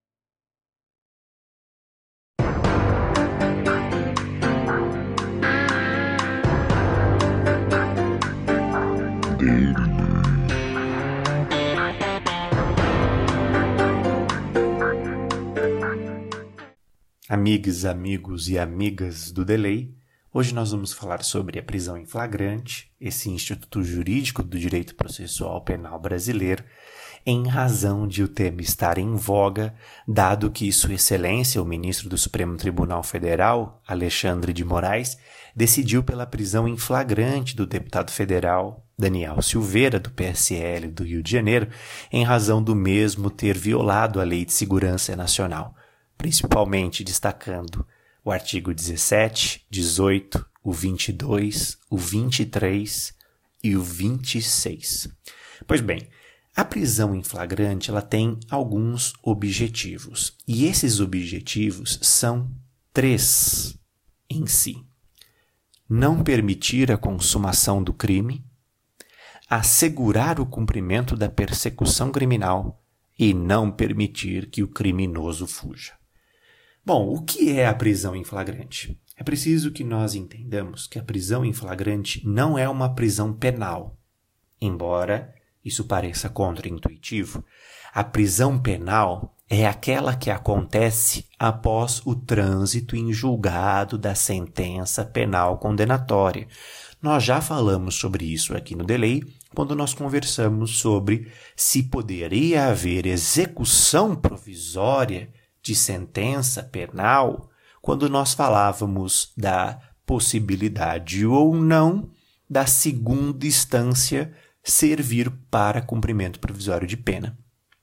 Amigas, amigos e amigas do Delay, hoje nós vamos falar sobre a prisão em flagrante, esse instituto jurídico do direito processual penal brasileiro, em razão de o tema estar em voga, dado que Sua Excelência, o ministro do Supremo Tribunal Federal, Alexandre de Moraes, decidiu pela prisão em flagrante do deputado federal Daniel Silveira, do P S L do Rio de Janeiro, em razão do mesmo ter violado a Lei de Segurança Nacional, principalmente destacando o artigo dezessete, dezoito, o vinte e dois, o vinte e três e o vinte e seis. Pois bem, a prisão em flagrante ela tem alguns objetivos, e esses objetivos são três em si. Não permitir a consumação do crime, assegurar o cumprimento da persecução criminal e não permitir que o criminoso fuja. Bom, o que é a prisão em flagrante? É preciso que nós entendamos que a prisão em flagrante não é uma prisão penal. Embora isso pareça contraintuitivo, a prisão penal é aquela que acontece após o trânsito em julgado da sentença penal condenatória. Nós já falamos sobre isso aqui no Delay, quando nós conversamos sobre se poderia haver execução provisória de sentença penal, quando nós falávamos da possibilidade ou não da segunda instância servir para cumprimento provisório de pena.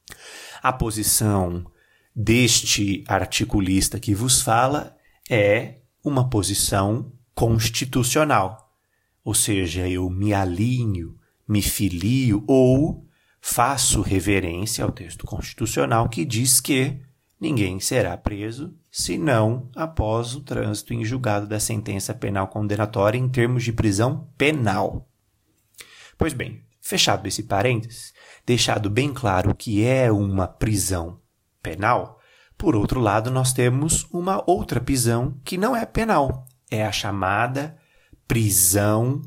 A posição deste articulista que vos fala é uma posição constitucional, ou seja, eu me alinho, me filio ou faço reverência ao texto constitucional que diz que ninguém será preso senão após o trânsito em julgado da sentença penal condenatória em termos de prisão penal. Pois bem, fechado esse parênteses, deixado bem claro o que é uma prisão penal, por outro lado, nós temos uma outra prisão que não é penal, é a chamada prisão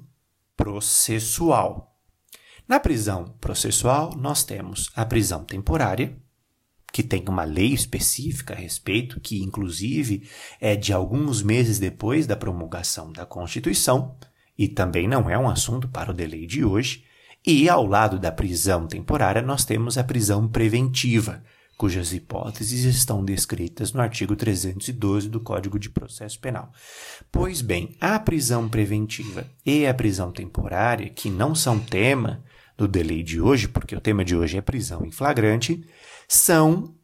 processual. Na prisão processual, nós temos a prisão temporária, que tem uma lei específica a respeito, que inclusive é de alguns meses depois da promulgação da Constituição, e também não é um assunto para o delay de hoje. E ao lado da prisão temporária, nós temos a prisão preventiva, cujas hipóteses estão descritas no artigo trezentos e doze do Código de Processo Penal. Pois bem, a prisão preventiva e a prisão temporária, que não são tema do delay de hoje, porque o tema de hoje é prisão em flagrante, são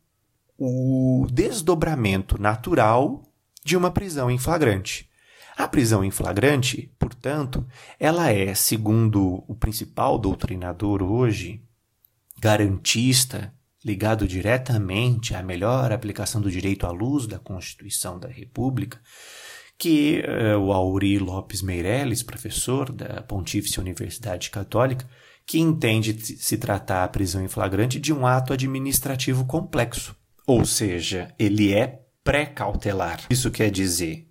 o desdobramento natural de uma prisão em flagrante. A prisão em flagrante, portanto, ela é, segundo o principal doutrinador hoje, garantista, ligado diretamente à melhor aplicação do direito à luz da Constituição da República, que é o Aury Lopes Meirelles, professor da Pontífice Universidade Católica, que entende se tratar a prisão em flagrante de um ato administrativo complexo, ou seja, ele é pré-cautelar. Isso quer dizer,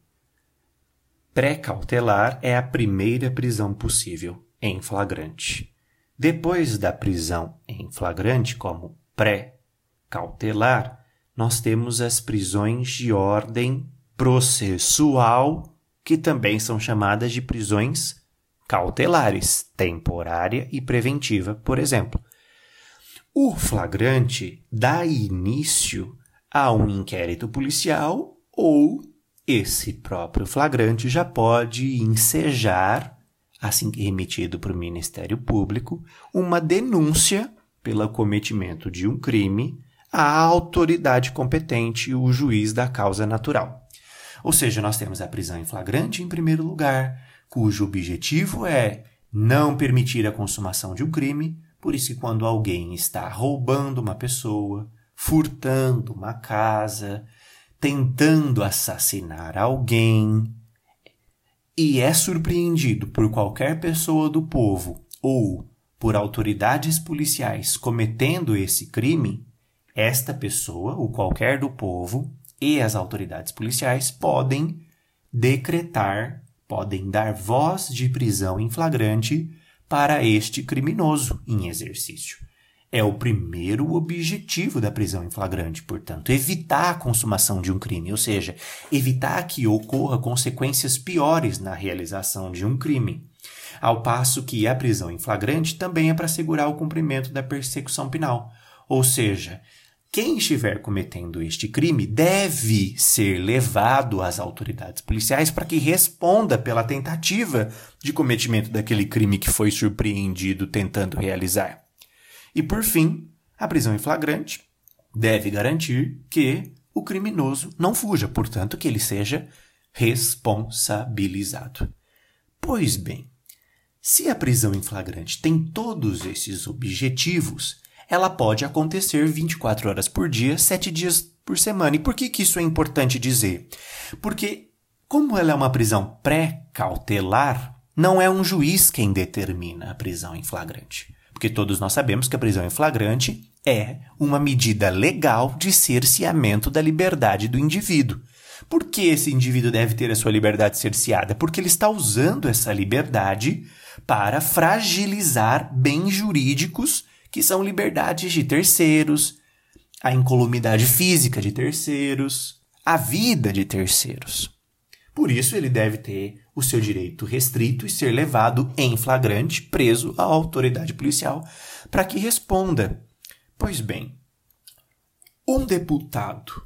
pré-cautelar é a primeira prisão possível em flagrante. Depois da prisão em flagrante, como pré-cautelar, nós temos as prisões de ordem processual, que também são chamadas de prisões cautelares, temporária e preventiva, por exemplo. O flagrante dá início a um inquérito policial ou esse próprio flagrante já pode ensejar, assim que remetido para o Ministério Público, uma denúncia pelo cometimento de um crime à autoridade competente, o juiz da causa natural. Ou seja, nós temos a prisão em flagrante em primeiro lugar, cujo objetivo é não permitir a consumação de um crime, por isso que quando alguém está roubando uma pessoa, furtando uma casa, tentando assassinar alguém, e é surpreendido por qualquer pessoa do povo ou por autoridades policiais cometendo esse crime, esta pessoa, ou qualquer do povo, e as autoridades policiais podem decretar, podem dar voz de prisão em flagrante para este criminoso em exercício. É o primeiro objetivo da prisão em flagrante, portanto, evitar a consumação de um crime, ou seja, evitar que ocorra consequências piores na realização de um crime. Ao passo que a prisão em flagrante também é para assegurar o cumprimento da persecução penal, ou seja, quem estiver cometendo este crime deve ser levado às autoridades policiais para que responda pela tentativa de cometimento daquele crime que foi surpreendido tentando realizar. E, por fim, a prisão em flagrante deve garantir que o criminoso não fuja, portanto, que ele seja responsabilizado. Pois bem, se a prisão em flagrante tem todos esses objetivos, ela pode acontecer vinte e quatro horas por dia, sete dias por semana. E por que que isso é importante dizer? Porque, como ela é uma prisão pré-cautelar, não é um juiz quem determina a prisão em flagrante. Porque todos nós sabemos que a prisão em flagrante é uma medida legal de cerceamento da liberdade do indivíduo. Por que esse indivíduo deve ter a sua liberdade cerceada? Porque ele está usando essa liberdade para fragilizar bens jurídicos que são liberdades de terceiros, a incolumidade física de terceiros, a vida de terceiros. Por isso, ele deve ter o seu direito restrito e ser levado em flagrante, preso à autoridade policial, para que responda. Pois bem, um deputado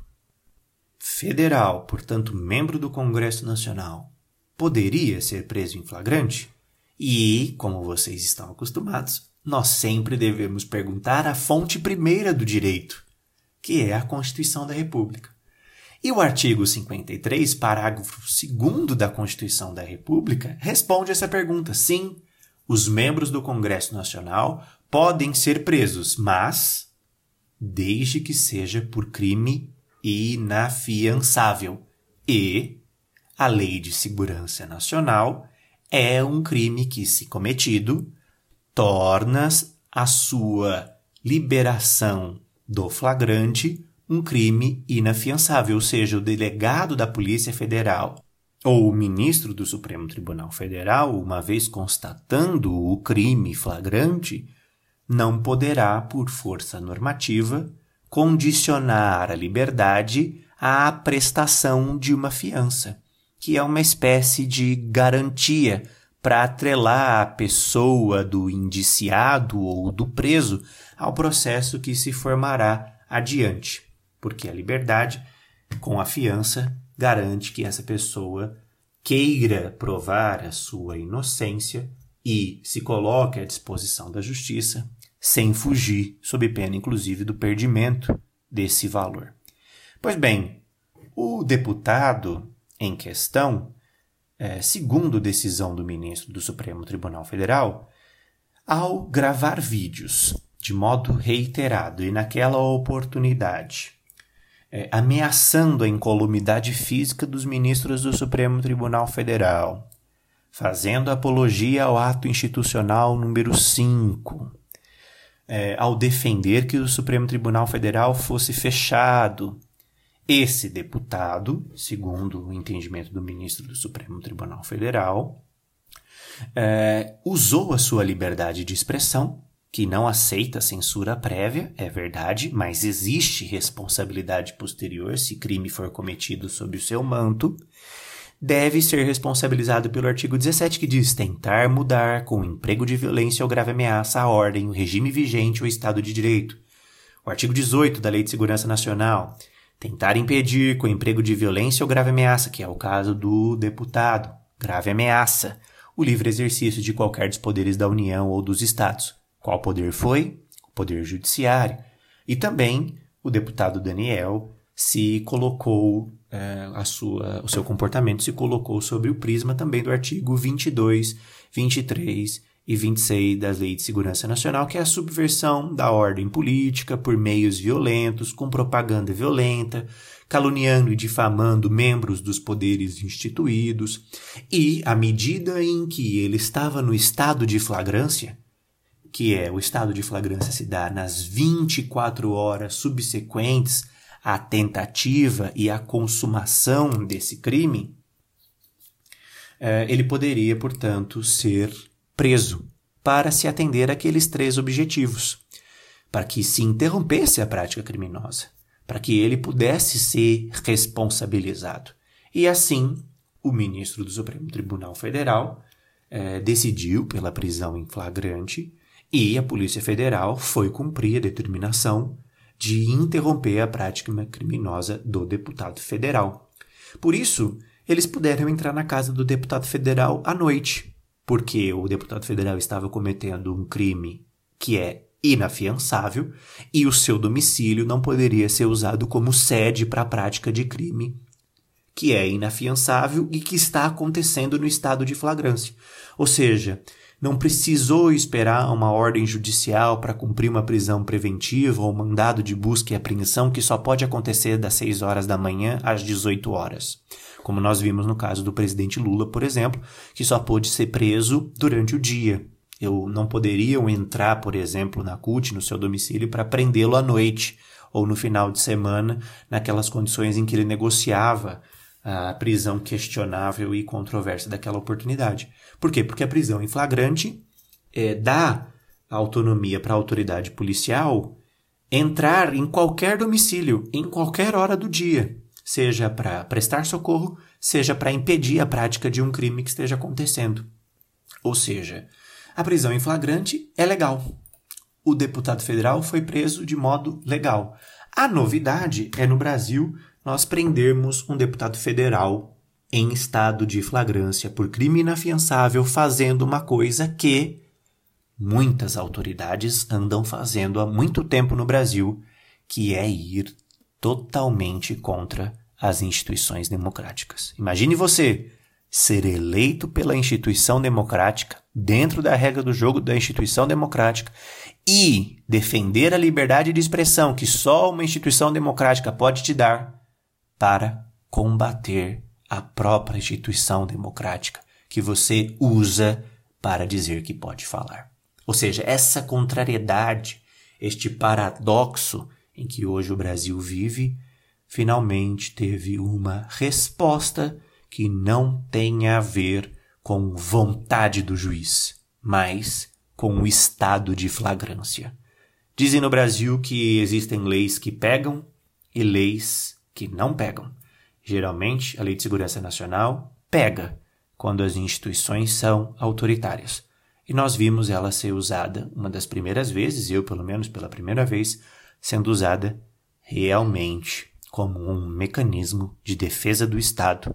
federal, portanto, membro do Congresso Nacional, poderia ser preso em flagrante? E, como vocês estão acostumados, nós sempre devemos perguntar a fonte primeira do direito, que é a Constituição da República. E o artigo cinquenta e três, parágrafo segundo da Constituição da República, responde essa pergunta. Sim, os membros do Congresso Nacional podem ser presos, mas desde que seja por crime inafiançável. E a Lei de Segurança Nacional é um crime que, se cometido, torna a sua liberação do flagrante um crime inafiançável, ou seja, o delegado da Polícia Federal ou o ministro do Supremo Tribunal Federal, uma vez constatando o crime flagrante, não poderá, por força normativa, condicionar a liberdade à prestação de uma fiança, que é uma espécie de garantia para atrelar a pessoa do indiciado ou do preso ao processo que se formará adiante, porque a liberdade, com a fiança, garante que essa pessoa queira provar a sua inocência e se coloque à disposição da justiça sem fugir, sob pena, inclusive, do perdimento desse valor. Pois bem, o deputado em questão, é, segundo decisão do ministro do Supremo Tribunal Federal, ao gravar vídeos de modo reiterado e naquela oportunidade, é, ameaçando a incolumidade física dos ministros do Supremo Tribunal Federal, fazendo apologia ao ato institucional número cinco, é, ao defender que o Supremo Tribunal Federal fosse fechado. Esse deputado, segundo o entendimento do ministro do Supremo Tribunal Federal, é, usou a sua liberdade de expressão, que não aceita censura prévia, é verdade, mas existe responsabilidade posterior se crime for cometido sob o seu manto, deve ser responsabilizado pelo artigo dezessete, que diz tentar mudar com emprego de violência ou grave ameaça a ordem, o regime vigente ou Estado de Direito. O artigo dezoito da Lei de Segurança Nacional, tentar impedir com emprego de violência ou grave ameaça, que é o caso do deputado, grave ameaça, o livre exercício de qualquer dos poderes da União ou dos Estados. Qual poder foi? O Poder Judiciário. E também o deputado Daniel se colocou, é, a sua, o seu comportamento se colocou sobre o prisma também do artigo vinte e dois, vinte e três e vinte e seis da Lei de Segurança Nacional, que é a subversão da ordem política por meios violentos, com propaganda violenta, caluniando e difamando membros dos poderes instituídos. E, à medida em que ele estava no estado de flagrância, que é o estado de flagrância se dá nas vinte e quatro horas subsequentes à tentativa e à consumação desse crime, ele poderia, portanto, ser preso para se atender àqueles três objetivos, para que se interrompesse a prática criminosa, para que ele pudesse ser responsabilizado. E assim, o ministro do Supremo Tribunal Federal eh, decidiu pela prisão em flagrante e a Polícia Federal foi cumprir a determinação de interromper a prática criminosa do deputado federal. Por isso, eles puderam entrar na casa do deputado federal à noite, porque o deputado federal estava cometendo um crime que é inafiançável e o seu domicílio não poderia ser usado como sede para a prática de crime que é inafiançável e que está acontecendo no estado de flagrância. Ou seja, não precisou esperar uma ordem judicial para cumprir uma prisão preventiva ou mandado de busca e apreensão que só pode acontecer das seis horas da manhã às dezoito horas. Como nós vimos no caso do presidente Lula, por exemplo, que só pôde ser preso durante o dia. Eu não poderiam entrar, por exemplo, na C U T, no seu domicílio, para prendê-lo à noite ou no final de semana, naquelas condições em que ele negociava a prisão questionável e controversa daquela oportunidade. Por quê? Porque a prisão em flagrante é, dá autonomia para a autoridade policial entrar em qualquer domicílio, em qualquer hora do dia, seja para prestar socorro, seja para impedir a prática de um crime que esteja acontecendo. Ou seja, a prisão em flagrante é legal. O deputado federal foi preso de modo legal. A novidade é, no Brasil, nós prendermos um deputado federal em estado de flagrância por crime inafiançável fazendo uma coisa que muitas autoridades andam fazendo há muito tempo no Brasil, que é ir totalmente contra as instituições democráticas. Imagine você ser eleito pela instituição democrática, dentro da regra do jogo da instituição democrática, e defender a liberdade de expressão que só uma instituição democrática pode te dar, para combater a própria instituição democrática que você usa para dizer que pode falar. Ou seja, essa contrariedade, este paradoxo em que hoje o Brasil vive, finalmente teve uma resposta que não tem a ver com vontade do juiz, mas com o estado de flagrância. Dizem no Brasil que existem leis que pegam e leis que não pegam. Geralmente, a Lei de Segurança Nacional pega quando as instituições são autoritárias. E nós vimos ela ser usada uma das primeiras vezes, eu pelo menos pela primeira vez, sendo usada realmente como um mecanismo de defesa do Estado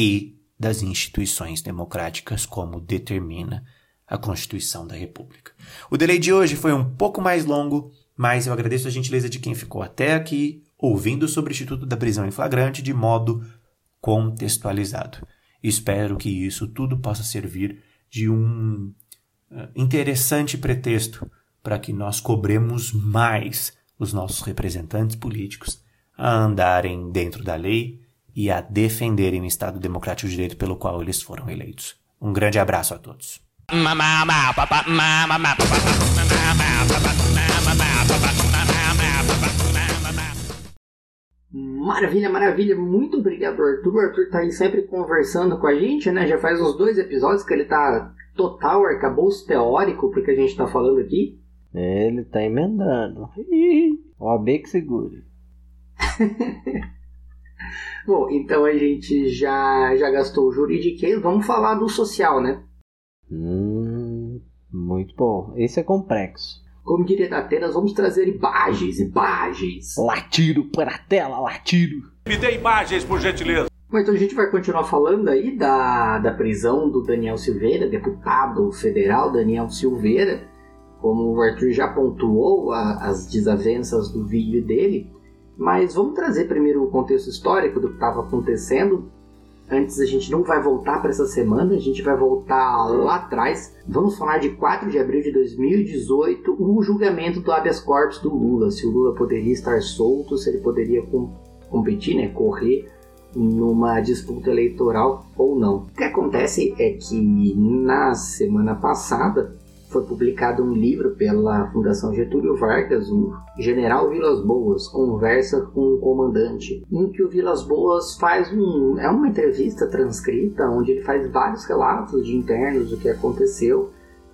e das instituições democráticas, como determina a Constituição da República. O delay de hoje foi um pouco mais longo, mas eu agradeço a gentileza de quem ficou até aqui, ouvindo sobre o Instituto da Prisão em Flagrante de modo contextualizado. Espero que isso tudo possa servir de um interessante pretexto para que nós cobremos mais os nossos representantes políticos a andarem dentro da lei e a defenderem o Estado Democrático de Direito pelo qual eles foram eleitos. Um grande abraço a todos. Maravilha, maravilha. Muito obrigado, Arthur. O Arthur tá aí sempre conversando com a gente, né? Já faz uns dois episódios que ele tá total arcabouço teórico porque a gente tá falando aqui. Ele tá emendando. O A B que segure. Bom, então a gente já, já gastou o juridiquês. Vamos falar do social, né? Hum, muito bom. Esse é complexo. Como diria Atenas, vamos trazer imagens, imagens. Latiro para a tela, latiro. Me dê imagens, por gentileza. Bom, então a gente vai continuar falando aí da, da prisão do Daniel Silveira, deputado federal Daniel Silveira. Como o Arthur já pontuou a, as desavenças do vídeo dele. Mas vamos trazer primeiro o contexto histórico do que estava acontecendo. Antes, a gente não vai voltar para essa semana, a gente vai voltar lá atrás. Vamos falar de quatro de abril de dois mil e dezoito, o julgamento do habeas corpus do Lula. Se o Lula poderia estar solto, se ele poderia com, competir, né, correr numa disputa eleitoral ou não. O que acontece é que na semana passada foi publicado um livro pela Fundação Getúlio Vargas, o General Vilas Boas conversa com o comandante, em que o Vilas Boas faz um, é uma entrevista transcrita, onde ele faz vários relatos de internos do que aconteceu,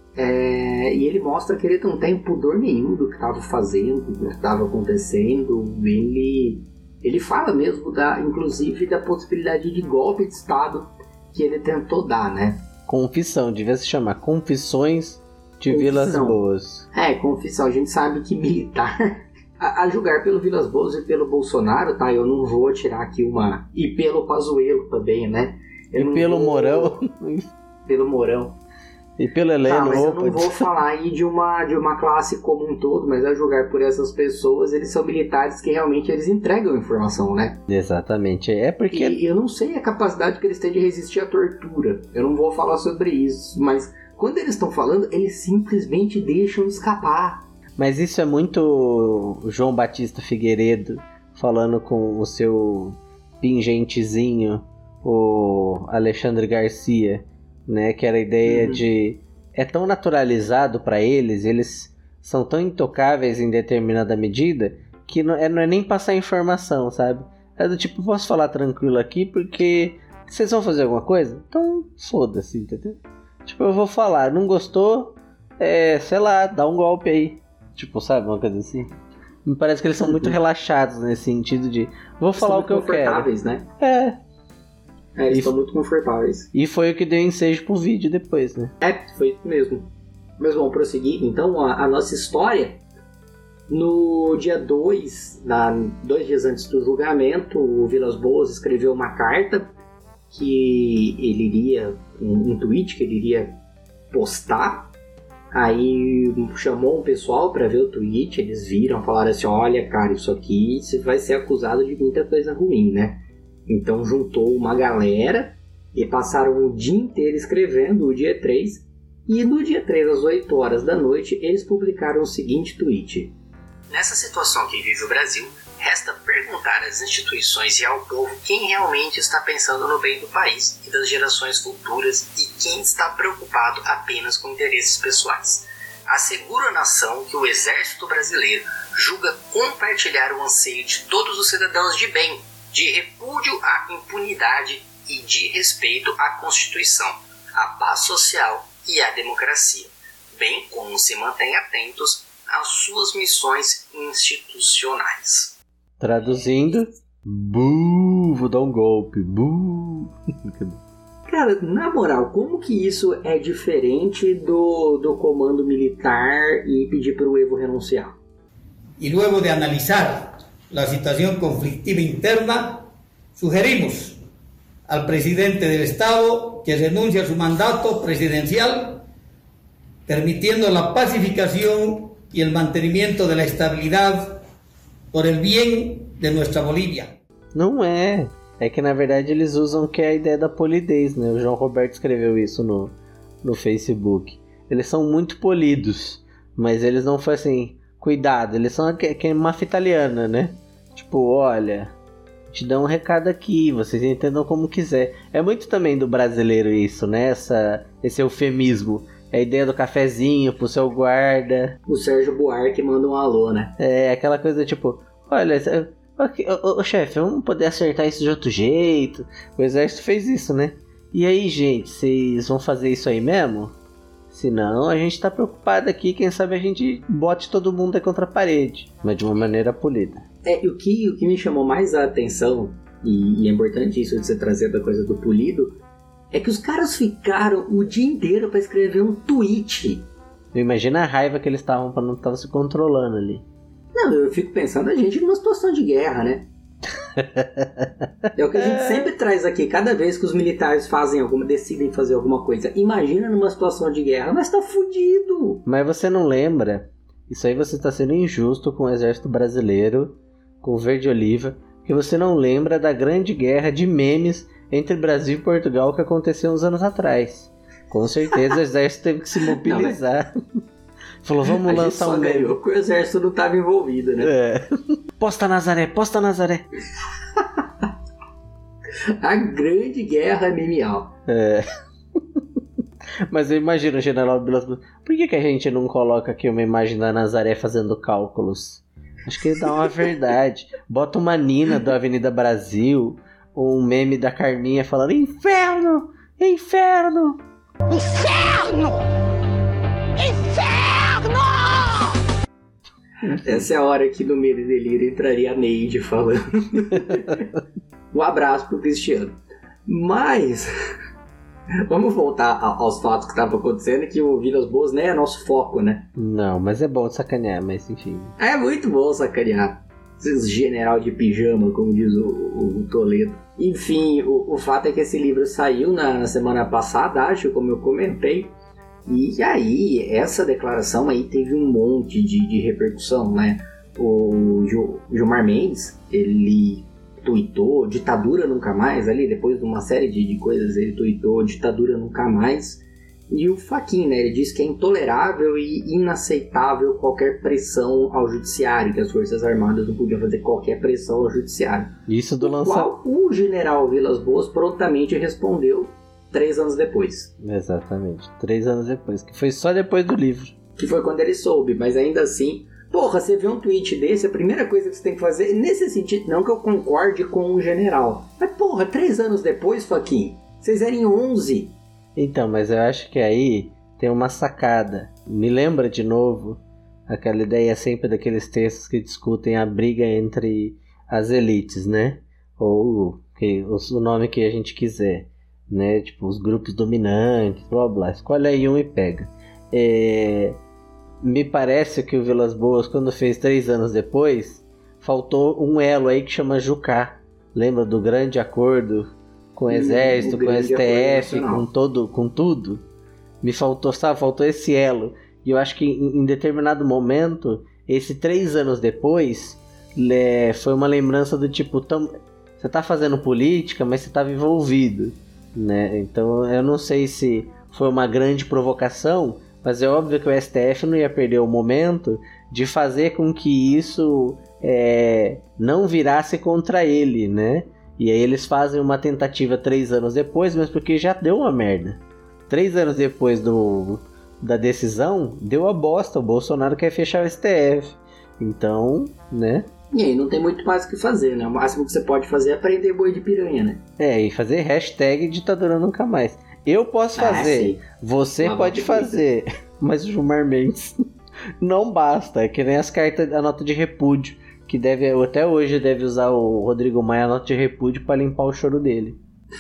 é, e ele mostra que ele não tem pudor nenhum do que estava fazendo, do que estava acontecendo. Ele, ele fala mesmo, da, inclusive, da possibilidade de golpe de Estado que ele tentou dar, né? Confissão, devia se chamar Confissões de Vilas Boas. É, confissão. A gente sabe que militar, a, a julgar pelo Vilas Boas e pelo Bolsonaro, tá? Eu não vou tirar aqui uma... E pelo Pazuello também, né? Eu e pelo vou... Mourão. Pelo Mourão. E pelo Heleno. Tá, mas opa, eu não vou falar aí de uma, de uma classe como um todo, mas a julgar por essas pessoas, eles são militares que realmente eles entregam informação, né? Exatamente. É porque... E eu não sei a capacidade que eles têm de resistir à tortura. Eu não vou falar sobre isso, mas... Quando eles estão falando, eles simplesmente deixam escapar. Mas isso é muito João Batista Figueiredo falando com o seu pingentezinho, o Alexandre Garcia, né? Que era a ideia uhum. de... É tão naturalizado para eles, eles são tão intocáveis em determinada medida, que não é, não é nem passar informação, sabe? É do tipo, posso falar tranquilo aqui porque vocês vão fazer alguma coisa? Então foda-se, entendeu? Tipo, eu vou falar, não gostou, é, sei lá, dá um golpe aí. Tipo, sabe, uma coisa assim. Me parece que eles são muito relaxados nesse sentido de vou falar o que eu quero. Confortáveis, né? É. É, eles e, estão muito confortáveis. E foi o que deu ensejo pro vídeo depois, né? É, foi isso mesmo. Mas vamos prosseguir, então, a, a nossa história. No dia dois, dois dias antes do julgamento, o Vilas Boas escreveu uma carta que ele iria, um, um tweet que ele iria postar. Aí chamou um pessoal para ver o tweet, eles viram, falaram assim, olha cara, isso aqui você vai ser acusado de muita coisa ruim, né? Então juntou uma galera e passaram o dia inteiro escrevendo, o dia três, e no dia três, às oito horas da noite, eles publicaram o seguinte tweet. Nessa situação que vive o Brasil, resta perguntar às instituições e ao povo quem realmente está pensando no bem do país e das gerações futuras e quem está preocupado apenas com interesses pessoais. Asseguro à nação que o Exército Brasileiro julga compartilhar o anseio de todos os cidadãos de bem, de repúdio à impunidade e de respeito à Constituição, à paz social e à democracia, bem como se mantém atentos às suas missões institucionais. Traduzindo, buh, vou dar um golpe, buh. Cara, na moral, como que isso é diferente do, do comando militar e pedir para o Evo renunciar? E luego de analisar a situação conflictiva interna, sugerimos al presidente del Estado que renuncie a su mandato presidencial, permitiendo la pacificación y el mantenimiento de la estabilidad por el bien de nuestra Bolívia. Não é. É que na verdade eles usam que é a ideia da polidez, né? O João Roberto escreveu isso no, no Facebook. Eles são muito polidos, mas eles não foi assim, cuidado, eles são que, que é máfia italiana, né? Tipo, olha, te dá um recado aqui, vocês entendam como quiser. É muito também do brasileiro isso, né? Essa, esse eufemismo. É a ideia do cafezinho pro seu guarda. O Sérgio Buarque manda um alô, né? É, aquela coisa tipo, olha, ô, ô chefe, vamos poder acertar isso de outro jeito. O exército fez isso, né? E aí, gente, vocês vão fazer isso aí mesmo? Se não, a gente tá preocupado aqui, quem sabe a gente bote todo mundo aí contra a parede, mas de uma maneira polida. É, o que, o que me chamou mais a atenção, e, e é importante isso de você trazer da coisa do polido, é que os caras ficaram o dia inteiro pra escrever um tweet. Imagina a raiva que eles estavam pra não estar se controlando ali. Não, eu fico pensando a gente numa situação de guerra, né? É o que a gente sempre traz aqui, cada vez que os militares fazem alguma, decidem fazer alguma coisa. Imagina numa situação de guerra, mas tá fudido. Mas você não lembra? Isso aí você tá sendo injusto com o exército brasileiro, com o Verde Oliva, que você não lembra da grande guerra de memes entre Brasil e Portugal que aconteceu uns anos atrás. Com certeza o exército teve que se mobilizar. Não, mas... Falou, vamos a lançar um meme. Porque o exército não estava envolvido, né? É. Posta Nazaré, posta Nazaré. A grande guerra memeal. É. Mas eu imagino o general Vilas Boas. Por que, que a gente não coloca aqui uma imagem da Nazaré fazendo cálculos? Acho que dá uma verdade. Bota uma Nina da Avenida Brasil, um meme da Carminha falando Inferno! Inferno! Inferno! Inferno! Essa é a hora que no Medo e Delírio entraria a Neide falando. Um abraço pro Cristiano. Mas vamos voltar aos fatos que estavam acontecendo, que o Vilas Boas não é nosso foco, né? Não, mas é bom sacanear, mas enfim. É muito bom sacanear. Esses general de pijama, como diz o, o Toledo. Enfim, o, o fato é que esse livro saiu na, na semana passada, acho, como eu comentei. E aí, essa declaração aí teve um monte de, de repercussão, né? O Gil, Gilmar Mendes, ele tuitou ditadura nunca mais, ali depois de uma série de, de coisas, ele tuitou ditadura nunca mais. E o Fachin, né? Ele diz que é intolerável e inaceitável qualquer pressão ao judiciário, que as Forças Armadas não podiam fazer qualquer pressão ao judiciário. Isso do lançamento. O general Vilas Boas prontamente respondeu três anos depois. Exatamente, três anos depois, que foi só depois do livro. Que foi quando ele soube, mas ainda assim, porra, você vê um tweet desse, a primeira coisa que você tem que fazer, nesse sentido, não que eu concorde com o general, mas porra, três anos depois, Fachin, vocês eram onze. Então, mas eu acho que aí tem uma sacada. Me lembra de novo Aquela ideia sempre daqueles textos que discutem a briga entre as elites, né? Ou que, o nome que a gente quiser, né? Tipo, os grupos dominantes, blá blá. Escolhe aí um e pega. É... Me parece que o Vilas Boas, quando fez três anos depois, faltou um elo aí que chama Jucá. Lembra do grande acordo com o exército, com o S T F, com, todo, com tudo? Me faltou, sabe? Faltou esse elo. E eu acho que em, em determinado momento, esse três anos depois, é, foi uma lembrança do tipo, tam, você tá fazendo política, mas você estava envolvido, né? Então eu não sei se foi uma grande provocação, mas é óbvio que o S T F não ia perder o momento de fazer com que isso é, não virasse contra ele, né? E aí eles fazem uma tentativa três anos depois, mas porque já deu uma merda. Três anos depois do, da decisão, deu a bosta. O Bolsonaro quer fechar o S T F. Então, né? E aí não tem muito mais o que fazer, né? O máximo que você pode fazer é prender boi de piranha, né? É, e fazer hashtag ditadura nunca mais. Eu posso fazer, ah, você Uma pode fazer, mas o Gilmar Mendes não basta. É que nem as cartas, a nota de repúdio, que deve, até hoje deve usar o Rodrigo Maia a nota de repúdio para limpar o choro dele.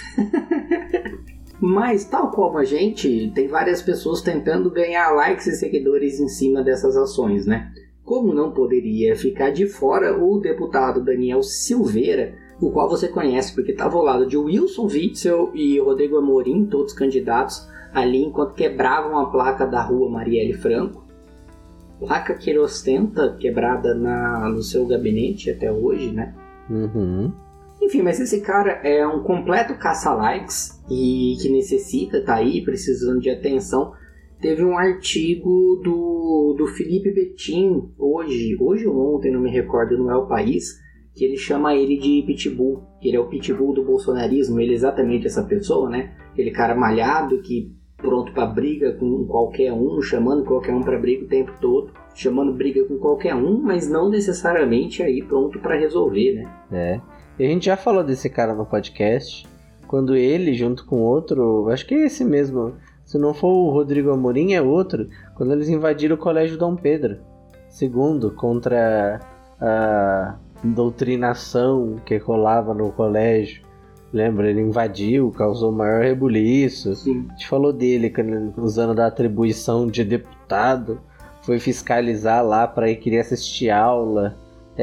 Mas, tal como a gente, tem várias pessoas tentando ganhar likes e seguidores em cima dessas ações, né? Como não poderia ficar de fora o deputado Daniel Silveira, o qual você conhece porque estava ao lado de Wilson Witzel e Rodrigo Amorim, todos candidatos, ali enquanto quebravam a placa da rua Marielle Franco. Placa que ele ostenta, quebrada na, no seu gabinete até hoje, né? Uhum. Enfim, mas esse cara é um completo caça-likes e que necessita, tá aí, precisando de atenção. Teve um artigo do, do Felipe Betim, hoje, hoje ou ontem, não me recordo, no É o País, que ele chama ele de Pitbull, que ele é o Pitbull do bolsonarismo, ele é exatamente essa pessoa, né? Aquele cara malhado que pronto pra briga com qualquer um, chamando qualquer um pra briga o tempo todo, chamando briga com qualquer um, mas não necessariamente aí pronto pra resolver, né? É, e a gente já falou desse cara no podcast, quando ele, junto com outro, acho que é esse mesmo, se não for o Rodrigo Amorim, é outro, quando eles invadiram o Colégio Dom Pedro segundo, contra a doutrinação que rolava no colégio. Lembra? Ele invadiu, causou maior rebuliço. Sim. A gente falou dele usando da atribuição de deputado, foi fiscalizar lá para ir querer assistir aula.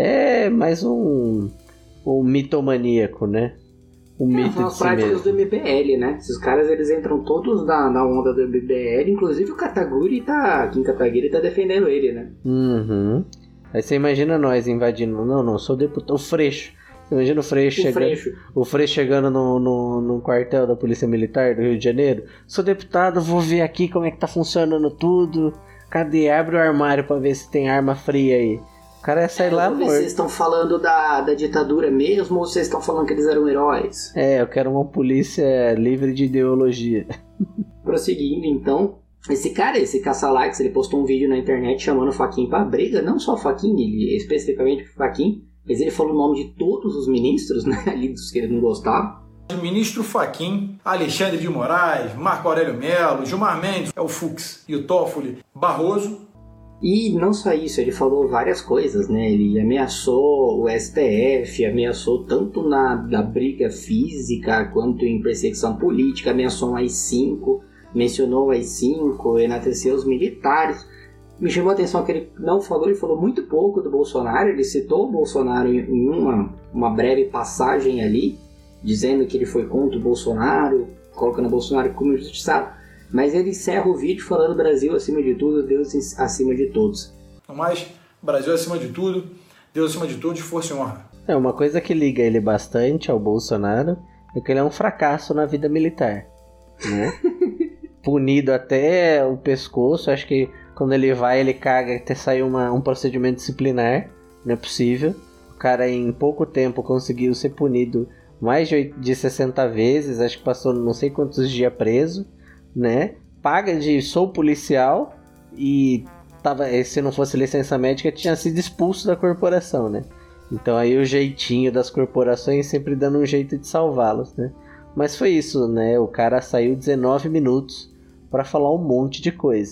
É mais um, um mitomaníaco, né? Um é, mito são de as si práticas mesmo. do M B L, né? Esses caras eles entram todos na, na onda do M B L, inclusive o Kataguri tá, Kim Kataguiri tá defendendo ele, né? Uhum. Aí você imagina nós invadindo. Não, não, sou deputado. O Freixo. Você imagina o Freixo o chegando. Freixo. O Freixo chegando no, no, no quartel da Polícia Militar do Rio de Janeiro. Sou deputado, vou ver aqui como é que tá funcionando tudo. Cadê? Abre o armário pra ver se tem arma fria aí. O cara ia sair é, lá morto. Vocês estão falando da, da ditadura mesmo ou vocês estão falando que eles eram heróis? É, eu quero uma polícia livre de ideologia. Prosseguindo então. Esse cara, esse caça-likes, ele postou um vídeo na internet chamando o Fachin pra briga, não só o Fachin, ele especificamente o Fachin, mas ele falou o nome de todos os ministros, né, ali dos que ele não gostava. O ministro Fachin, Alexandre de Moraes, Marco Aurélio Mello, Gilmar Mendes, é o Fux e o Toffoli, Barroso. E não só isso, ele falou várias coisas, né, ele ameaçou o S T F, ameaçou tanto na, na briga física quanto em perseguição política, ameaçou o A I cinco, mencionou o A I cinco, enalteceu os militares. Me chamou a atenção que ele não falou, ele falou muito pouco do Bolsonaro, ele citou o Bolsonaro em uma, uma breve passagem ali, dizendo que ele foi contra o Bolsonaro, colocando o Bolsonaro como injustiçado, mas ele encerra o vídeo falando Brasil acima de tudo, Deus acima de todos. Mas Brasil acima de tudo, Deus acima de todos, força e honra. É, uma coisa que liga ele bastante ao Bolsonaro é que ele é um fracasso na vida militar, né? Punido até o pescoço, acho que quando ele vai, ele caga até sair uma, um procedimento disciplinar, não é possível. O cara em pouco tempo conseguiu ser punido mais de, de sessenta vezes, acho que passou não sei quantos dias preso, né? Paga de sou policial e tava, se não fosse licença médica tinha sido expulso da corporação, né? Então aí o jeitinho das corporações sempre dando um jeito de salvá-los, né? Mas foi isso, né? O cara saiu dezenove minutos para falar um monte de coisa.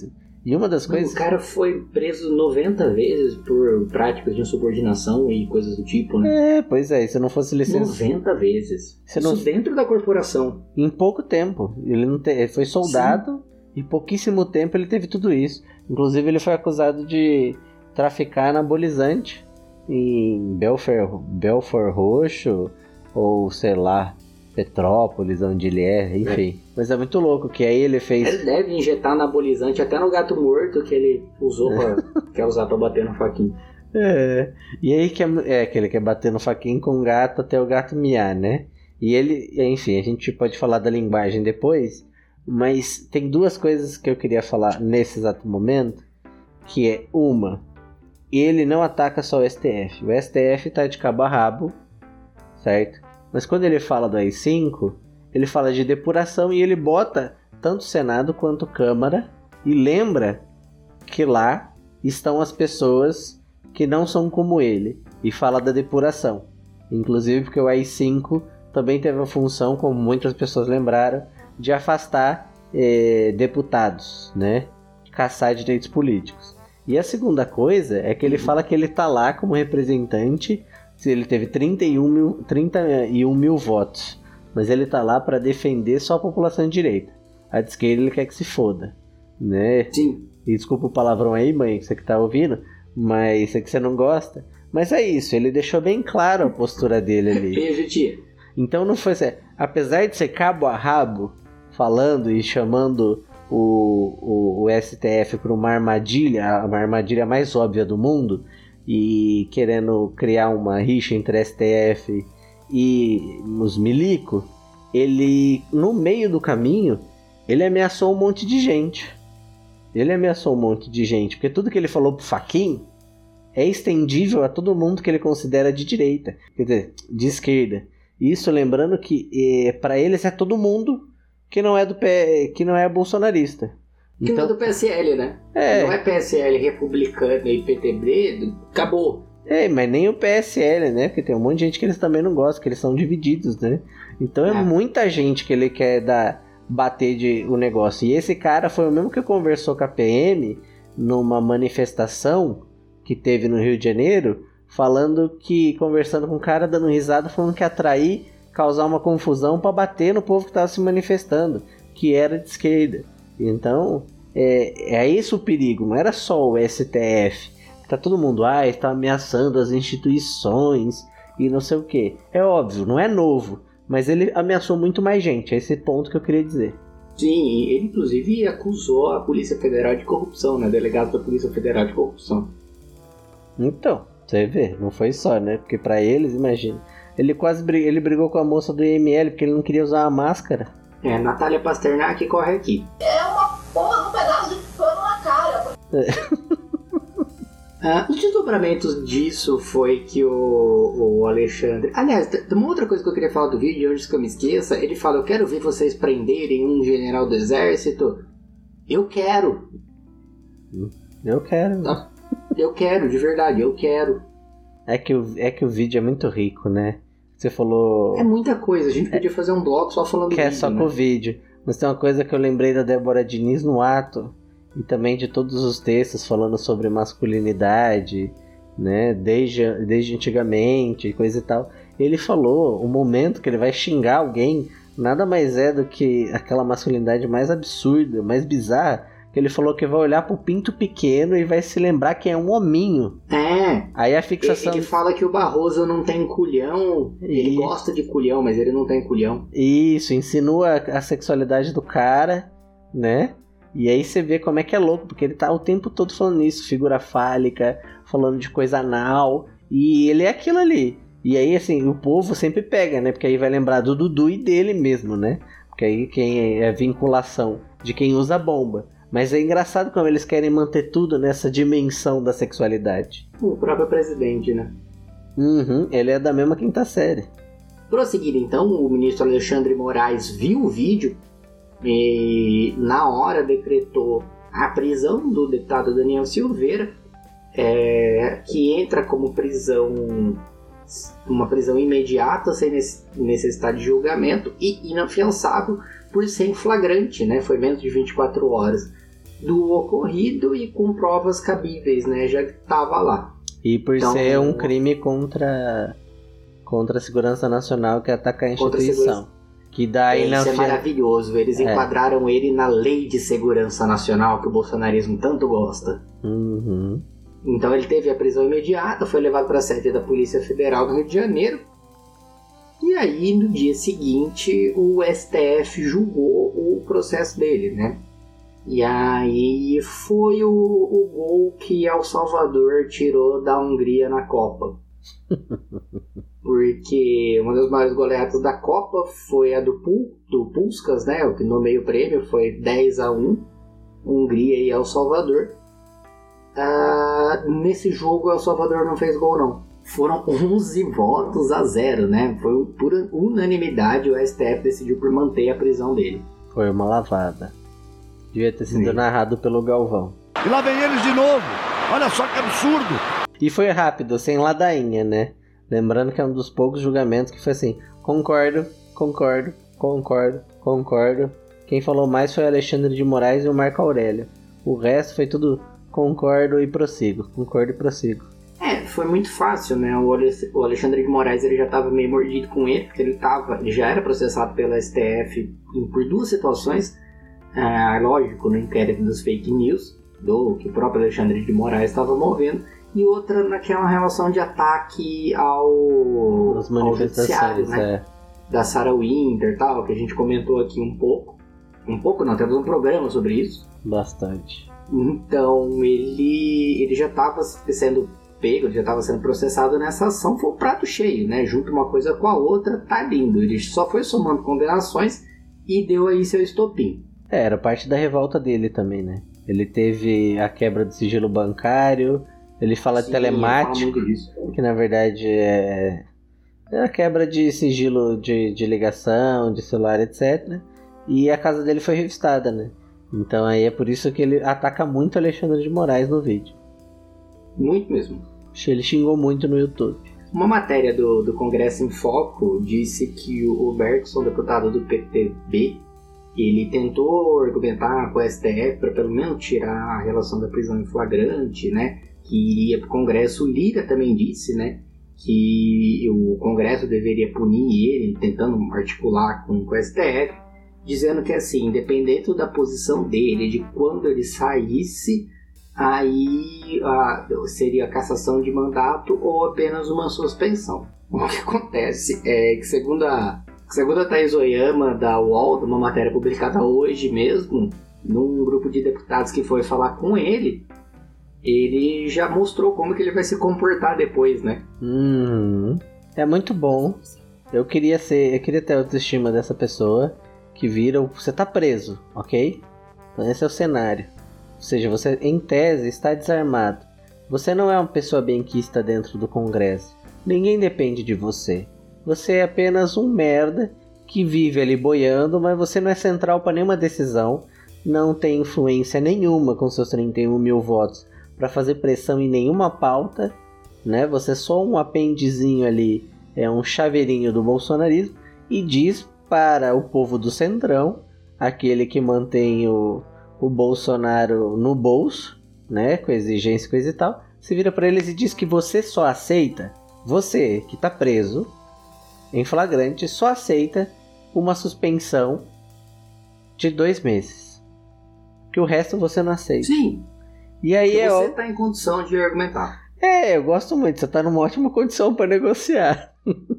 E uma das coisas... O cara foi preso noventa vezes por práticas de insubordinação e coisas do tipo, né? É, pois é, se não fosse licença... noventa vezes. Se não... Isso dentro da corporação. Em pouco tempo. Ele, não te... ele foi soldado e em pouquíssimo tempo ele teve tudo isso. Inclusive ele foi acusado de traficar anabolizante em Belfort, Belfort Roxo ou sei lá... Petrópolis, onde ele é, enfim. É. Mas é muito louco que aí ele fez... Ele deve injetar anabolizante até no gato morto que ele usou pra... quer usar pra bater no faquinho. É, e aí que, é, que ele quer bater no faquinho com o gato até o gato miar, né? E ele, enfim, a gente pode falar da linguagem depois, mas tem duas coisas que eu queria falar nesse exato momento, que é uma, ele não ataca só o S T F. O S T F tá de cabo a rabo, certo? Mas quando ele fala do A I cinco, ele fala de depuração e ele bota tanto o Senado quanto a Câmara e lembra que lá estão as pessoas que não são como ele e fala da depuração. Inclusive porque o A I cinco também teve a função, como muitas pessoas lembraram, de afastar eh, deputados, né? Caçar direitos políticos. E a segunda coisa é que ele fala que ele está lá como representante. Ele teve trinta e um mil, trinta e um mil votos, mas ele tá lá para defender só a população de direita. A de esquerda ele quer que se foda, né? Sim. E desculpa o palavrão aí, mãe, você que tá ouvindo, mas sei que você não gosta. Mas é isso, ele deixou bem claro a postura dele ali. Beijo, tia. Então não foi assim, apesar de ser cabo a rabo, falando e chamando o, o, o S T F para uma armadilha, uma armadilha mais óbvia do mundo, e querendo criar uma rixa entre S T F e os milico, ele, no meio do caminho, ele ameaçou um monte de gente. Ele ameaçou um monte de gente, porque tudo que ele falou pro Fachin é estendível a todo mundo que ele considera de direita, quer dizer, de esquerda. Isso lembrando que é, para eles é todo mundo que não é do P, que não é bolsonarista. Que então, não é do P S L, né? É. Não é P S L, republicano e P T B, acabou. É, mas nem o P S L, né? Porque tem um monte de gente que eles também não gostam, que eles são divididos, né? Então é, é muita gente que ele quer dar, bater de, o negócio. E esse cara foi o mesmo que conversou com a P M numa manifestação que teve no Rio de Janeiro, falando que, conversando com o cara, dando risada, falando que atrair, causar uma confusão pra bater no povo que tava se manifestando, que era de esquerda. Então, é, é esse o perigo, não era só o S T F. Tá todo mundo, ah, está ameaçando as instituições e não sei o que. É óbvio, não é novo, mas ele ameaçou muito mais gente, é esse ponto que eu queria dizer. Sim, ele inclusive acusou a Polícia Federal de corrupção, né? Delegado da Polícia Federal de corrupção. Então, você vê, não foi só, né? Porque pra eles, imagina, ele quase brigou, ele brigou com a moça do I M L porque ele não queria usar a máscara. É, Natália Pasternak corre aqui. É uma porra de um pedaço de pano na cara. É. Ah, os desdobramentos disso foi que o, o Alexandre... Aliás, tem uma outra coisa que eu queria falar do vídeo, antes que eu me esqueça. Ele fala, eu quero ver vocês prenderem um general do exército. Eu quero. Eu quero. Ah, eu quero, de verdade, eu quero. É que, o, é que o vídeo é muito rico, né? Você falou... É muita coisa, a gente podia é, fazer um bloco só falando do vídeo, é só né? com o vídeo. Mas tem uma coisa que eu lembrei da Débora Diniz no ato, e também de todos os textos falando sobre masculinidade, né? Desde, desde antigamente, coisa e tal. Ele falou, o momento que ele vai xingar alguém, nada mais é do que aquela masculinidade mais absurda, mais bizarra, que ele falou que vai olhar pro pinto pequeno e vai se lembrar que é um hominho. É. Aí a fixação... Ele fala que o Barroso não tem culhão. E... Ele gosta de culhão, mas ele não tem culhão. Isso, insinua a sexualidade do cara, né? E aí você vê como é que é louco, porque ele tá o tempo todo falando isso, figura fálica, falando de coisa anal, e ele é aquilo ali. E aí, assim, o povo sempre pega, né? Porque aí vai lembrar do Dudu e dele mesmo, né? Porque aí quem é a vinculação de quem usa bomba. Mas é engraçado como eles querem manter tudo nessa dimensão da sexualidade. O próprio presidente, né? Uhum, ele é da mesma quinta série. Prosseguindo então, o ministro Alexandre Moraes viu o vídeo e na hora decretou a prisão do deputado Daniel Silveira, é, que entra como prisão, uma prisão imediata, sem necessidade de julgamento e inafiançável por ser em flagrante, né? Foi menos de vinte e quatro horas. do ocorrido e com provas cabíveis, né? Já estava lá. E por então, ser um crime contra, contra a segurança nacional, que é atacar a instituição. Que daí é, não isso é maravilhoso. Eles é. enquadraram ele na lei de segurança nacional que o bolsonarismo tanto gosta. Uhum. Então ele teve a prisão imediata, foi levado para a sede da Polícia Federal do Rio de Janeiro. E aí, no dia seguinte, o S T F julgou o processo dele, né? E aí foi o, o gol que El Salvador tirou da Hungria na Copa. Porque uma das maiores goleadas da Copa foi a do, Pul, do Puskás, né? O que nomeou o prêmio foi dez a um, Hungria e El Salvador. Ah, nesse jogo, El Salvador não fez gol, não. Foram onze votos a zero, né? Foi por unanimidade, o S T F decidiu por manter a prisão dele. Foi uma lavada. Devia ter sido Sim. narrado pelo Galvão. E lá vem eles de novo. Olha só que absurdo. E foi rápido, sem ladainha, né? Lembrando que é um dos poucos julgamentos que foi assim: concordo, concordo, concordo, concordo. Quem falou mais foi o Alexandre de Moraes e o Marco Aurélio. O resto foi tudo concordo e prossigo, concordo e prossigo. É, foi muito fácil, né? O Alexandre de Moraes ele já estava meio mordido com ele, porque ele, tava, ele já era processado pela S T F por duas situações. É, lógico, no inquérito dos fake news, do que o próprio Alexandre de Moraes estava movendo, e outra naquela relação de ataque ao, As manifestações, ao né? é. Da Sarah Winter e tal, que a gente comentou aqui um pouco. Um pouco não, temos um programa sobre isso. Bastante. Então, ele, ele já estava sendo pego, ele já estava sendo processado nessa ação, foi o prato cheio, né? Junto uma coisa com a outra, tá lindo. Ele só foi somando condenações e deu aí seu estopim. É, era parte da revolta dele também, né? Ele teve a quebra do sigilo bancário, ele fala Sim, de telemático, que na verdade é, é a quebra de sigilo de, de ligação, de celular, etcétera. E a casa dele foi revistada, né? Então aí é por isso que ele ataca muito Alexandre de Moraes no vídeo. Muito mesmo. Ele xingou muito no YouTube. Uma matéria do, do Congresso em Foco disse que o Bergson, deputado do P T B, ele tentou argumentar com o S T F para pelo menos tirar a relação da prisão em flagrante, né? Que iria para o Congresso. O Lira também disse, né? Que o Congresso deveria punir ele, tentando articular com, com o S T F, dizendo que assim, independente da posição dele, de quando ele saísse, aí a, seria a cassação de mandato ou apenas uma suspensão. O que acontece é que, segundo a, segundo a Thaís Oyama, da U O L, uma matéria publicada hoje mesmo, num grupo de deputados que foi falar com ele, ele já mostrou como que ele vai se comportar depois, né? Hum, é muito bom. Eu queria ser, eu queria ter a autoestima dessa pessoa que vira, você tá preso, ok? Então esse é o cenário. Ou seja, você em tese está desarmado. Você não é uma pessoa benquista dentro do Congresso. Ninguém depende de você. Você é apenas um merda que vive ali boiando, mas você não é central para nenhuma decisão. Não tem influência nenhuma com seus trinta e um mil votos para fazer pressão em nenhuma pauta, né? Você é só um apendizinho ali, é um chaveirinho do bolsonarismo, e diz para o povo do Centrão, aquele que mantém o, o Bolsonaro no bolso, né? Com exigência, coisa e tal, se vira para eles e diz que você só aceita, você que está preso em flagrante, só aceita uma suspensão de dois meses. Que o resto você não aceita. Sim. E aí você é ó... tá em condição de argumentar. É, eu gosto muito. Você tá numa ótima condição para negociar.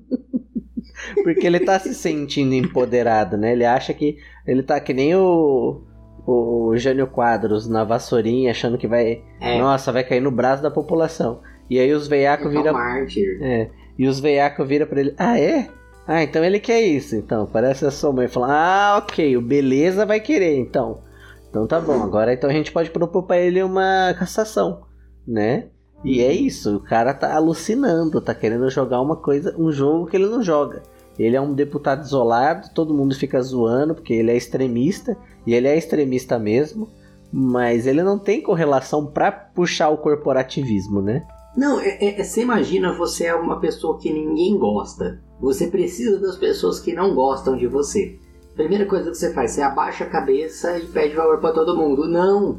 Porque ele tá se sentindo empoderado, né? Ele acha que ele tá que nem o o Jânio Quadros na vassourinha, achando que vai, é. nossa, vai cair no braço da população. E aí os veiacos viram, é, e os veiacos viram para ele: "Ah, é? Ah, então ele quer isso". Então, parece a sua mãe falando: "Ah, OK, o beleza vai querer, então". Então tá bom, agora então a gente pode propor pra ele uma cassação, né? E é isso, o cara tá alucinando, tá querendo jogar uma coisa, um jogo que ele não joga. Ele é um deputado isolado, todo mundo fica zoando porque ele é extremista, e ele é extremista mesmo, mas ele não tem correlação pra puxar o corporativismo, né? Não, é, é, você imagina, você é uma pessoa que ninguém gosta, você precisa das pessoas que não gostam de você. Primeira coisa que você faz, você abaixa a cabeça e pede valor pra todo mundo. Não,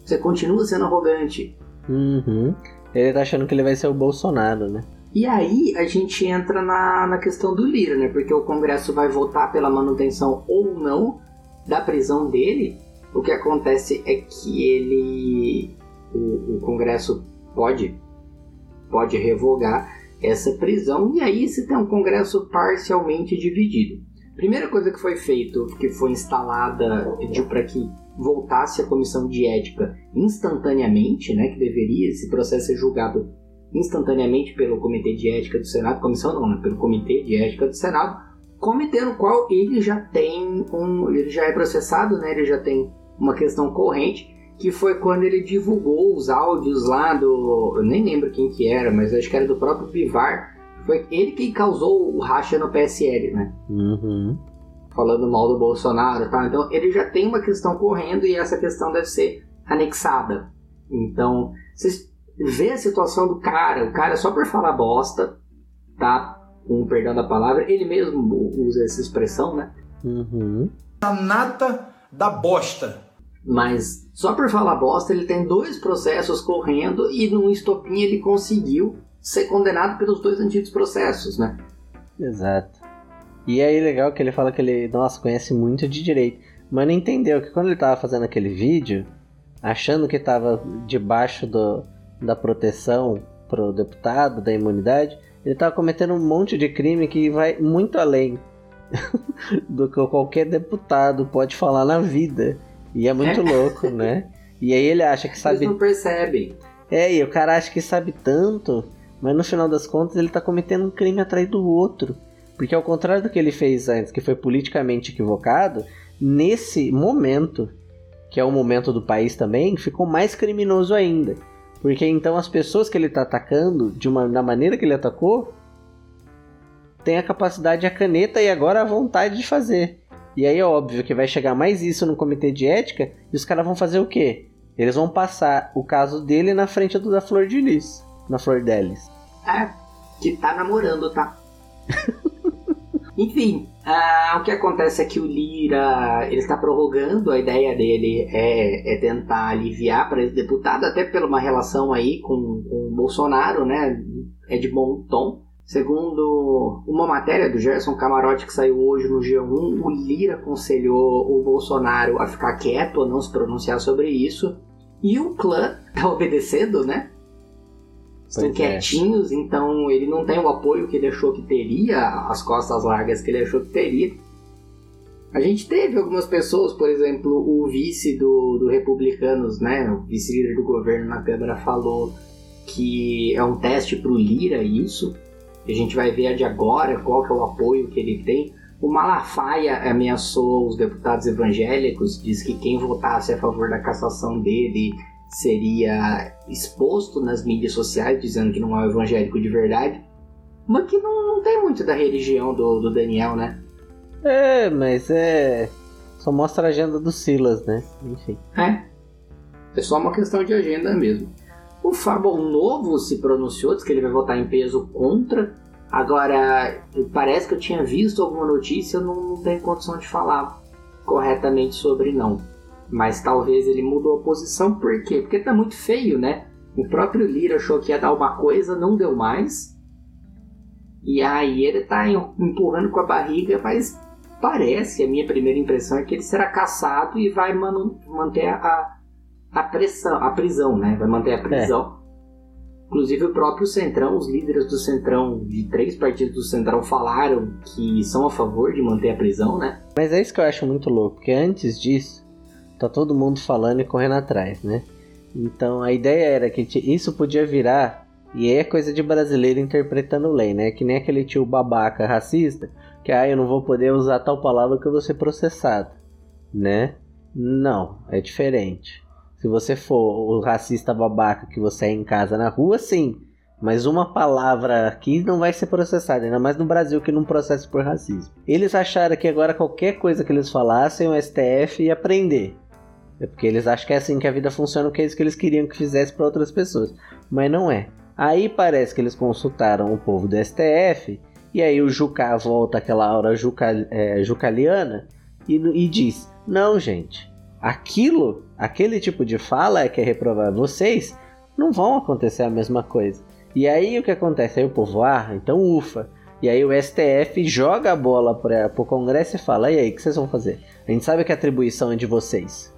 Você continua sendo arrogante. Uhum. Ele tá achando que ele vai ser o Bolsonaro, né? E aí a gente entra na, na questão do Lira, né? Porque o Congresso vai votar pela manutenção ou não da prisão dele. O que acontece é que ele... O, o Congresso pode, pode revogar essa prisão. E aí se tem um Congresso parcialmente dividido. Primeira coisa que foi feito, que foi instalada, pediu para que voltasse a comissão de ética instantaneamente, né? Que deveria esse processo ser julgado instantaneamente pelo Comitê de Ética do Senado, comissão não, né? Pelo Comitê de Ética do Senado, comitê no qual ele já tem um, ele já é processado, né? Ele já tem uma questão corrente, que foi quando ele divulgou os áudios lá do, eu nem lembro quem que era, mas acho que era do próprio Bivar, foi ele que causou o racha no P S L, né? Uhum. Falando mal do Bolsonaro, tá? Então ele já tem uma questão correndo e essa questão deve ser anexada. Então, vocês vê a situação do cara, o cara só por falar bosta, tá? Com perdão da palavra, ele mesmo usa essa expressão, né? Uhum. A nata da bosta. Mas só por falar bosta, ele tem dois processos correndo e num estopim ele conseguiu ser condenado pelos dois antigos processos, né? Exato. E aí legal que ele fala que ele, nossa, conhece muito de direito, mas não entendeu que quando ele tava fazendo aquele vídeo, achando que tava debaixo do da proteção pro deputado, da imunidade, ele tava cometendo um monte de crime que vai muito além do que qualquer deputado pode falar na vida. E é muito é. louco, né? E aí ele acha que sabe... Eles não percebem. É, e o cara acha que sabe tanto, mas no final das contas ele tá cometendo um crime atrás do outro. Porque ao contrário do que ele fez antes, que foi politicamente equivocado, nesse momento, que é o momento do país também, ficou mais criminoso ainda. Porque então as pessoas que ele está atacando, de uma, da maneira que ele atacou, tem a capacidade, a caneta e agora a vontade de fazer. E aí é óbvio que vai chegar mais isso no comitê de ética, e os caras vão fazer o quê? Eles vão passar o caso dele na frente do da Flor de Lis, na Flor Delis. É, que tá namorando, tá? Enfim, ah, o que acontece é que o Lira, ele está prorrogando, a ideia dele é, é tentar aliviar para esse deputado, até por uma relação aí com, com o Bolsonaro, né? É de bom tom. Segundo uma matéria do Gerson Camarote que saiu hoje no G um, o Lira aconselhou o Bolsonaro a ficar quieto, a não se pronunciar sobre isso. E o clã tá obedecendo, né? Estão Pois quietinhos, é. então ele não tem o apoio que ele achou que teria, as costas largas que ele achou que teria. A gente teve algumas pessoas, por exemplo, o vice do, do Republicanos, né, o vice-líder do governo na Câmara falou que é um teste pro Lira isso, a gente vai ver de agora qual que é o apoio que ele tem. O Malafaia ameaçou os deputados evangélicos, disse que quem votasse a favor da cassação dele seria exposto nas mídias sociais, dizendo que não é um evangélico de verdade, mas que não, não tem muito da religião do, do Daniel, né? É, mas é... só mostra a agenda do Silas, né? Enfim. É, é só uma questão de agenda mesmo. O Fábio Novo se pronunciou, disse que ele vai votar em peso contra. Agora, parece que eu tinha visto alguma notícia, eu não, não tenho condição de falar corretamente sobre não. Mas talvez ele mudou a posição, por quê? Porque tá muito feio, né? O próprio Lira achou que ia dar uma coisa, não deu mais. E aí ele tá empurrando com a barriga, mas parece, a minha primeira impressão é que ele será cassado e vai manu- manter a, a, pressão, a prisão, né? Vai manter a prisão. É. Inclusive o próprio Centrão, os líderes do Centrão, de três partidos do Centrão, falaram que são a favor de manter a prisão, né? Mas é isso que eu acho muito louco, porque antes disso, tá todo mundo falando e correndo atrás, né? Então a ideia era que isso podia virar, e aí é coisa de brasileiro interpretando lei, né? Que nem aquele tio babaca racista, que ah, eu não vou poder usar tal palavra que eu vou ser processado, né? Não, é diferente. Se você for o racista babaca que você é em casa, na rua, sim. Mas uma palavra aqui não vai ser processada, ainda mais no Brasil que não processa por racismo. Eles acharam que agora qualquer coisa que eles falassem, o S T F ia prender. É porque eles acham que é assim que a vida funciona, que é isso que eles queriam que fizesse para outras pessoas. Mas não é. Aí parece que eles consultaram o povo do S T F, e aí o Jucá volta aquela aura juca, é, jucaliana e, e diz, não gente, aquilo Aquele tipo de fala é que é reprovável. Vocês não vão acontecer a mesma coisa. E aí o que acontece? Aí o povo, ah, então ufa. E aí o S T F joga a bola para o Congresso e fala, e aí, o que vocês vão fazer? A gente sabe que a atribuição é de vocês.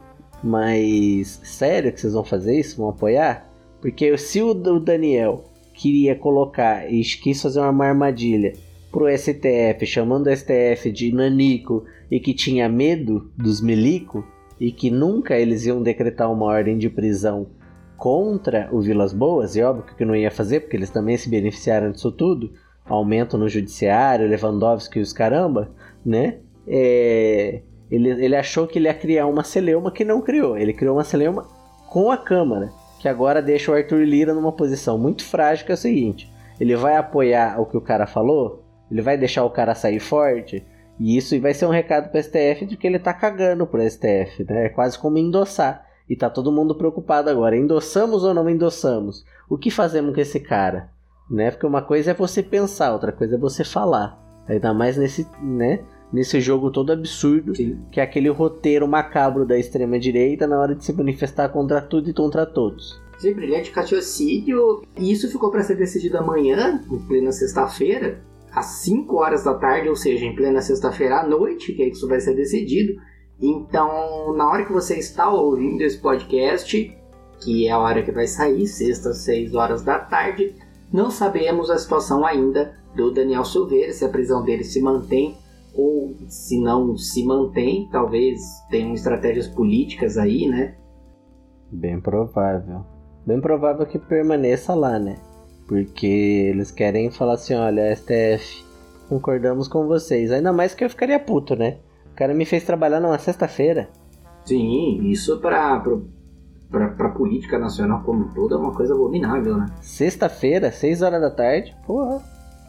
Mas, sério que vocês vão fazer isso? Vão apoiar? Porque se o Daniel queria colocar e quis fazer uma armadilha pro S T F, chamando o S T F de nanico e que tinha medo dos milico e que nunca eles iam decretar uma ordem de prisão contra o Vilas Boas, e óbvio que não ia fazer, porque eles também se beneficiaram disso tudo, aumento no judiciário, Lewandowski e os caramba, né? É... Ele, ele achou que ele ia criar uma celeuma que não criou, ele criou uma celeuma com a Câmara, que agora deixa o Arthur Lira numa posição muito frágil, que é o seguinte, ele vai apoiar o que o cara falou, ele vai deixar o cara sair forte, e isso vai ser um recado pro S T F de que ele tá cagando pro S T F, né? É quase como endossar, e tá todo mundo preocupado agora, endossamos ou não endossamos? O que fazemos com esse cara? Né? Porque uma coisa é você pensar, outra coisa é você falar, ainda mais nesse, né? Nesse jogo todo absurdo, sim, que é aquele roteiro macabro da extrema-direita na hora de se manifestar contra tudo e contra todos. Sim, brilhante raciocínio. E isso ficou para ser decidido amanhã, em plena sexta-feira, às cinco horas da tarde, ou seja, em plena sexta-feira à noite, que é que isso vai ser decidido. Então, na hora que você está ouvindo esse podcast, que é a hora que vai sair, sexta, seis horas da tarde, não sabemos a situação ainda do Daniel Silveira, se a prisão dele se mantém ou se não se mantém, talvez tenham estratégias políticas aí, né? Bem provável. Bem provável que permaneça lá, né? Porque eles querem falar assim, olha, S T F, concordamos com vocês. Ainda mais que eu ficaria puto, né? O cara me fez trabalhar numa sexta-feira. Sim, isso pra, pra, pra, pra política nacional como um todo é uma coisa abominável, né? Sexta-feira, seis horas da tarde, porra.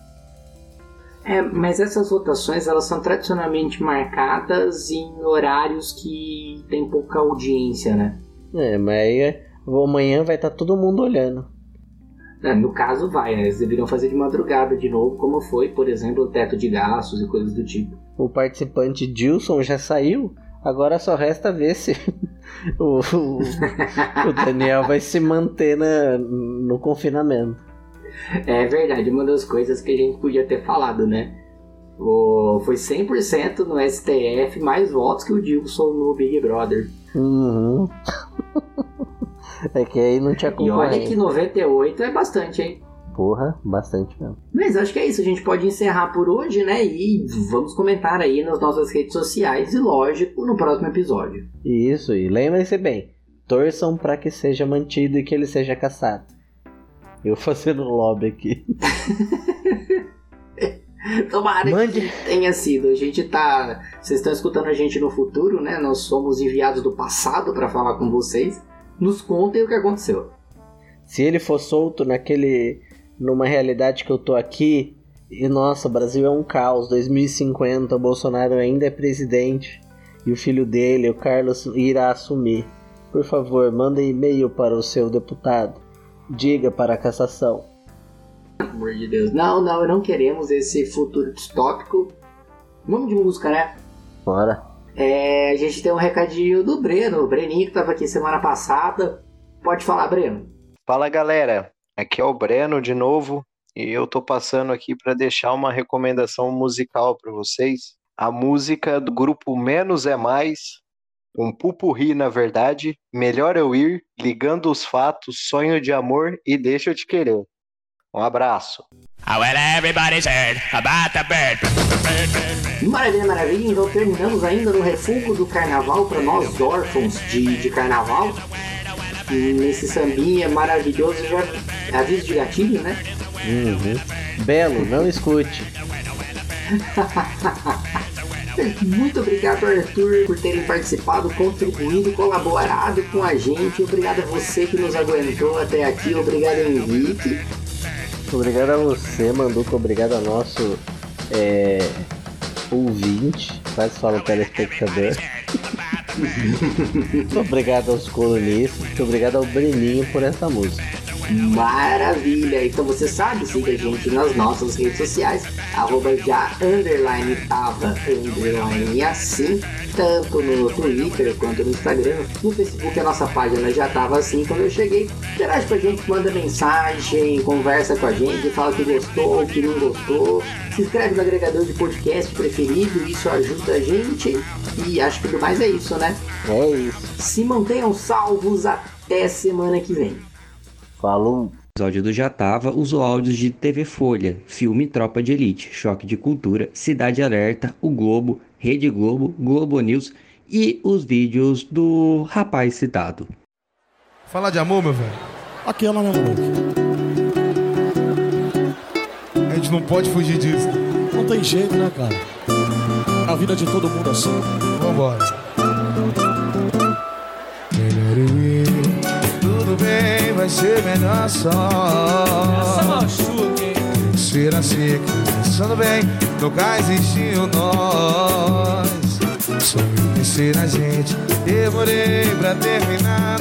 É, mas essas votações, elas são tradicionalmente marcadas em horários que tem pouca audiência, né? É, mas aí amanhã vai estar tá todo mundo olhando. É, no caso vai, né? Eles deveriam fazer de madrugada de novo, como foi, por exemplo, o teto de gastos e coisas do tipo. O participante Dilson já saiu, agora só resta ver se o, o, o Daniel vai se manter na, no confinamento. É verdade, uma das coisas que a gente podia ter falado, né? O, foi cem por cento no S T F, mais votos que o Dilson no Big Brother. Uhum. É que aí não tinha concorrente. E olha que noventa e oito é bastante, hein? Porra, bastante mesmo. Mas acho que é isso, a gente pode encerrar por hoje, né? E vamos comentar aí nas nossas redes sociais e, lógico, no próximo episódio. Isso, e lembrem-se bem, torçam pra que seja mantido e que ele seja caçado. Eu fazendo lobby aqui. Tomara Mande. que tenha sido. A gente tá... Vocês estão escutando a gente no futuro, né? Nós somos enviados do passado pra falar com vocês. Nos contem o que aconteceu. Se ele for solto naquele... numa realidade que eu tô aqui... E nossa, o Brasil é um caos. dois mil e cinquenta, o Bolsonaro ainda é presidente. E o filho dele, o Carlos, irá assumir. Por favor, manda e-mail para o seu deputado. Diga para a cassação. Pelo amor de Deus. Não, não, não queremos esse futuro distópico. Vamos de música, né? Bora. É, a gente tem um recadinho do Breno. O Breninho que estava aqui semana passada. Pode falar, Breno. Fala, galera. Aqui é o Breno de novo. E eu tô passando aqui para deixar uma recomendação musical para vocês. A música do grupo Menos é Mais. Um pupurri, na verdade, Melhor Eu Ir, Ligando os Fatos, Sonho de Amor e Deixa Eu Te Querer. Um abraço. Maravilha, maravilha. Então terminamos ainda no refúgio do carnaval para nós órfãos de, de carnaval. E nesse sambinha maravilhoso, já aviso de gatilho, né? Uhum. Belo, não escute. Muito obrigado, Arthur, por terem participado, contribuído, colaborado com a gente. Obrigado a você que nos aguentou até aqui. Obrigado, Henrique. Obrigado a você, Manduca. Obrigado ao nosso é, ouvinte. Quase fala telespectador. Muito obrigado aos colunistas. Muito obrigado ao Breninho por essa música. Maravilha! Então você sabe, siga a gente nas nossas redes sociais, arroba já underline tava underline assim, tanto no Twitter quanto no Instagram. No Facebook a nossa página já tava assim quando eu cheguei. Interage com a gente, manda mensagem, conversa com a gente, fala que gostou, que não gostou. Se inscreve no agregador de podcast preferido, isso ajuda a gente. E acho que do mais é isso, né? É isso. Se mantenham salvos até semana que vem. Falou. O episódio do Já Tava usou áudios de T V Folha, filme Tropa de Elite, Choque de Cultura, Cidade Alerta, O Globo, Rede Globo, Globo News e os vídeos do rapaz citado. Falar de amor, meu velho. Aquela, né, moleque? A gente não pode fugir disso. Não tem jeito, né, cara? A vida de todo mundo assim. Vambora. Melhor eu ir. Tudo bem, vai ser melhor só. Essa machuca, hein? Ser assim, pensando bem, nunca existiu nós. Só eu pensei na gente, demorei pra terminar.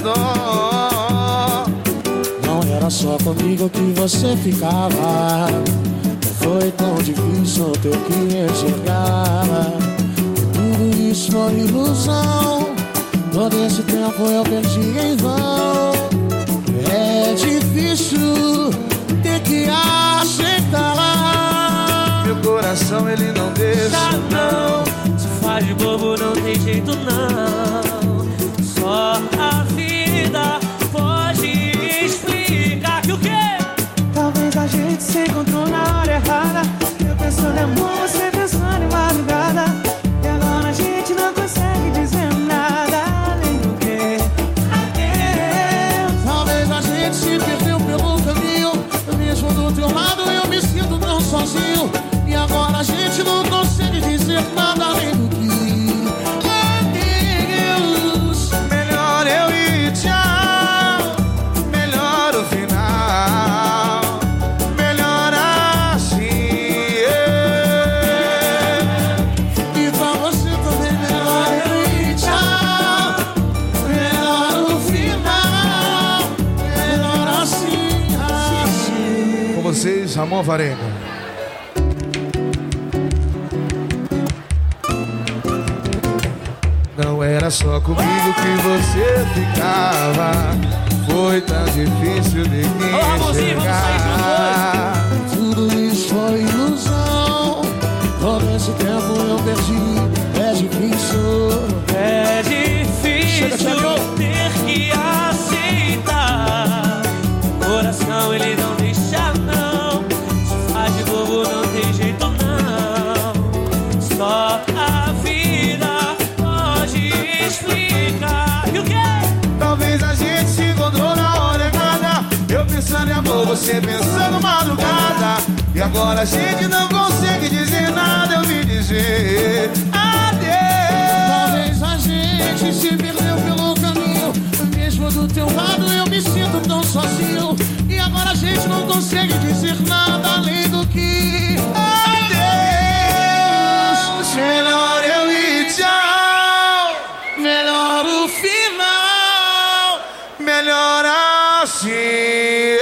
Não era só comigo que você ficava. Não foi tão difícil ter que enxergar. Tudo isso foi ilusão. Todo esse tempo eu perdi em vão. É difícil ter que aceitar. Meu coração ele não deixa. Ah, não, se faz de bobo não tem jeito não. Só a vida pode explicar que o quê? Talvez a gente se encontrou na hora errada. Eu pensando em amor, você pensando em madrugada. E agora a gente não consegue dizer nada além do que adeus. Talvez a gente se perdeu pelo caminho. Mesmo do teu lado eu me sinto tão sozinho. E agora a gente não consegue dizer nada além do que adeus. Melhor eu ir, tchau. Melhor o final. Melhor assim, yeah. E pra você também melhor eu ir, tchau. Melhor o final. Melhor assim, assim. Com vocês, Ramon Varenga. Não era só comigo que você ficava. Foi tão difícil de enxergar. Tudo isso foi ilusão. Todo esse tempo eu perdi. É difícil. É difícil ter que aceitar. O coração ele não deixa não. Se faz de bobo não tem jeito não. Só a vida pode explicar. E o quê? Talvez a gente se encontrou na hora errada. Eu pensando em amor, você pensando madrugada. E agora a gente não consegue dizer nada. Eu me dizer adeus. Talvez a gente se perdeu pelo caminho. Mesmo do teu lado eu me sinto tão sozinho. E agora a gente não consegue dizer nada além do que adeus. Melhor eu ir, tchau. Melhor o final. Melhor assim.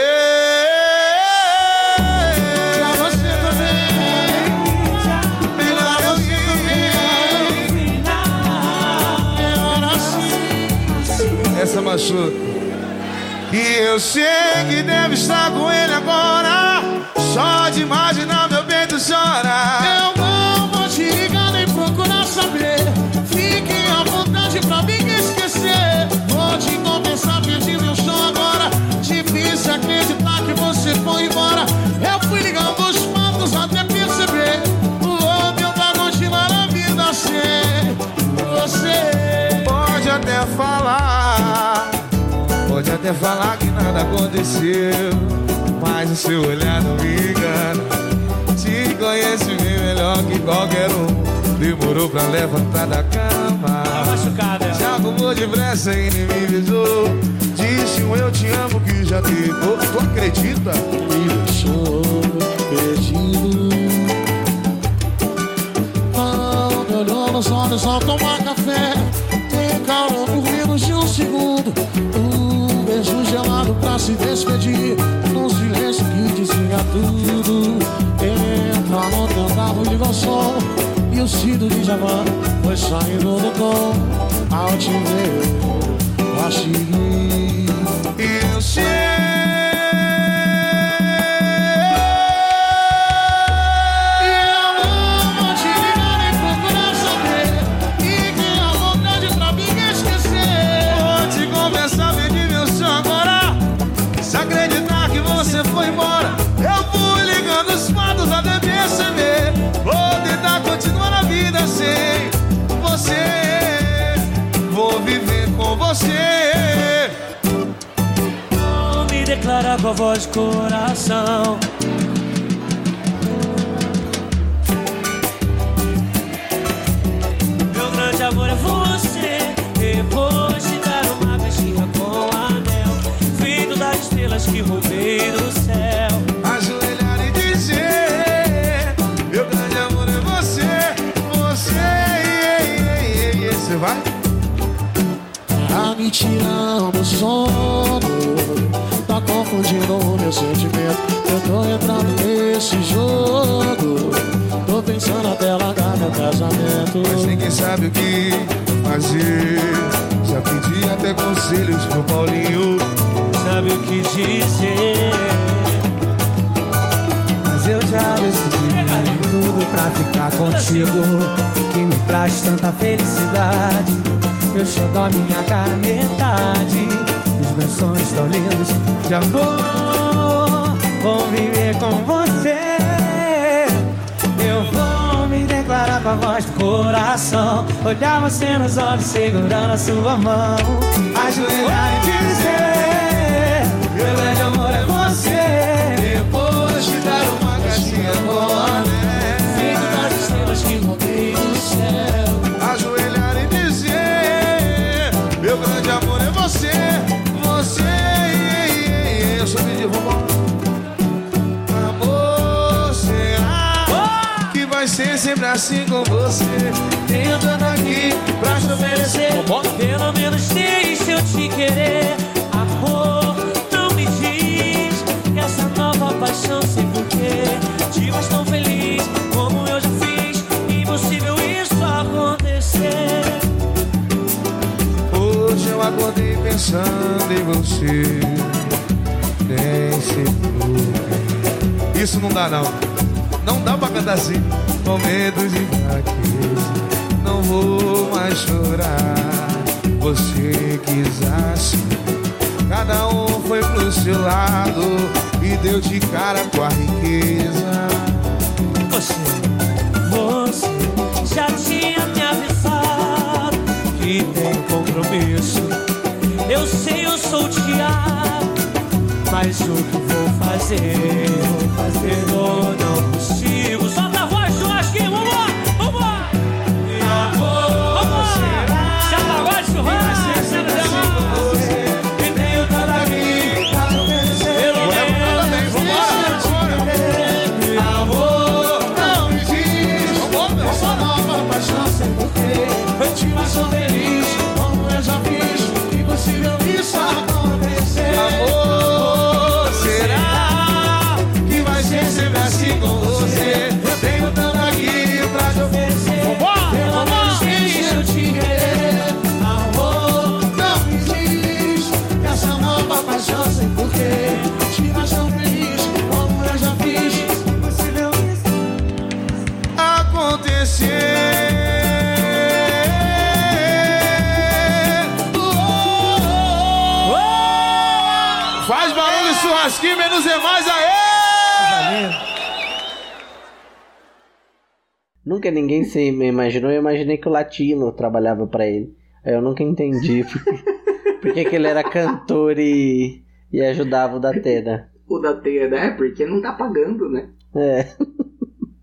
Pra você também. Melhor eu ir. Melhor assim. Essa machuca. E eu sei que deve estar com ele agora. Só de imaginar meu peito chora. Eu não vou te ligar nem procurar saber. Fique à vontade pra mim esquecer. Vou te confessar, perdi meu chão agora. Difícil acreditar que você foi embora. Eu fui ligando os fatos até perceber. Vou tentar continuar a vida sem você. Pode até falar, pode até falar que nada aconteceu, mas o seu olhar não me engana. Te conheço bem melhor que qualquer um. Demorou pra levantar da cama. Tá machucada. Se arrumou depressa e nem me beijou. Disse um eu te amo que já te... Oh, tu acredita? Me deixou perdido. Não me olhou nos olhos ao tomar café. Tem calor por menos de um segundo. Um beijo gelado parado pra se despedir, num silêncio que dizia tudo. Entra no teu carro, liga o som, e o Cido de Javan foi saindo do tom. Ao te ver, eu achei, eu sei. Se acreditar que você foi embora, eu vou ligando os fatos a D B C B. Vou tentar continuar a vida sem você. Vou viver com você. Vou me declarar com a voz de coração. Meu grande amor é você. Depois de dar uma caixinha com anel, feito das estrelas que roubei do céu. Ajoelhar e dizer: meu grande amor é você. Você, você vai? Tá me tirando o sono, tá confundindo o meu sentimento. Eu tô entrando nesse jogo, tô pensando até largar meu casamento. Mas ninguém sabe o que fazer. Já pedi até conselhos pro Paulinho, sabe o que dizer. Mas eu já decidi tudo pra ficar contigo, que me traz tanta felicidade. Meu xodó, minha cara metade, os meus sonhos tão lindos de amor. Vou viver com você. Eu vou me declarar com a voz do coração, olhar você nos olhos segurando a sua mão, ajoelhar e dizer: meu grande amor é você. Depois de dar uma caixinha com anel, feito das estrelas que roubei do céu. Ajoelhar e dizer: meu grande amor é você. Você, eu sou de vovó. Amor, será que vai ser sempre assim com você? Tentando aqui pra te oferecer. Pelo menos deixa eu te querer. Amor, não me diz que essa nova paixão sei porquê te faz tão feliz como eu já fiz. Impossível isso acontecer. Hoje eu acordei pensando em você, nem sei porquê. Isso não dá não, não dá pra cantar assim. Com medo de fraqueza, não vou mais chorar. Você quis assim, cada um foi pro seu lado e deu de cara com a riqueza. Você, você já tinha me avisado que tem compromisso. Eu sei, eu sou o Thiago, mas o que vou fazer? Vou fazer ou não consigo? Solta a voz, churrasquinho, vambora, vambora! E amor, vambora! Solta a voz, churrasquinho, sendo você. E tenho tanto aqui pra oferecer. Pelo menos vambora, amor, não me diz essa nova paixão sem porquê. Eu te faço feliz como eu já fiz. Impossível isso acontecer. Amor, será que vai ser sempre assim com você? Eu tenho tanto aqui pra te oferecer. Pelo menos deixa eu te querer. Amor, não me diz essa nova paixão sem porquê. Te faz tão feliz como eu já fiz. Impossível isso acontecer. Faz barulho, churrasquinho, menos é mais, aê! Nunca ninguém se imaginou, eu imaginei que o Latino trabalhava pra ele. Aí eu nunca entendi porque que ele era cantor e, e ajudava o Datena. O Datena, é porque não tá pagando, né? É.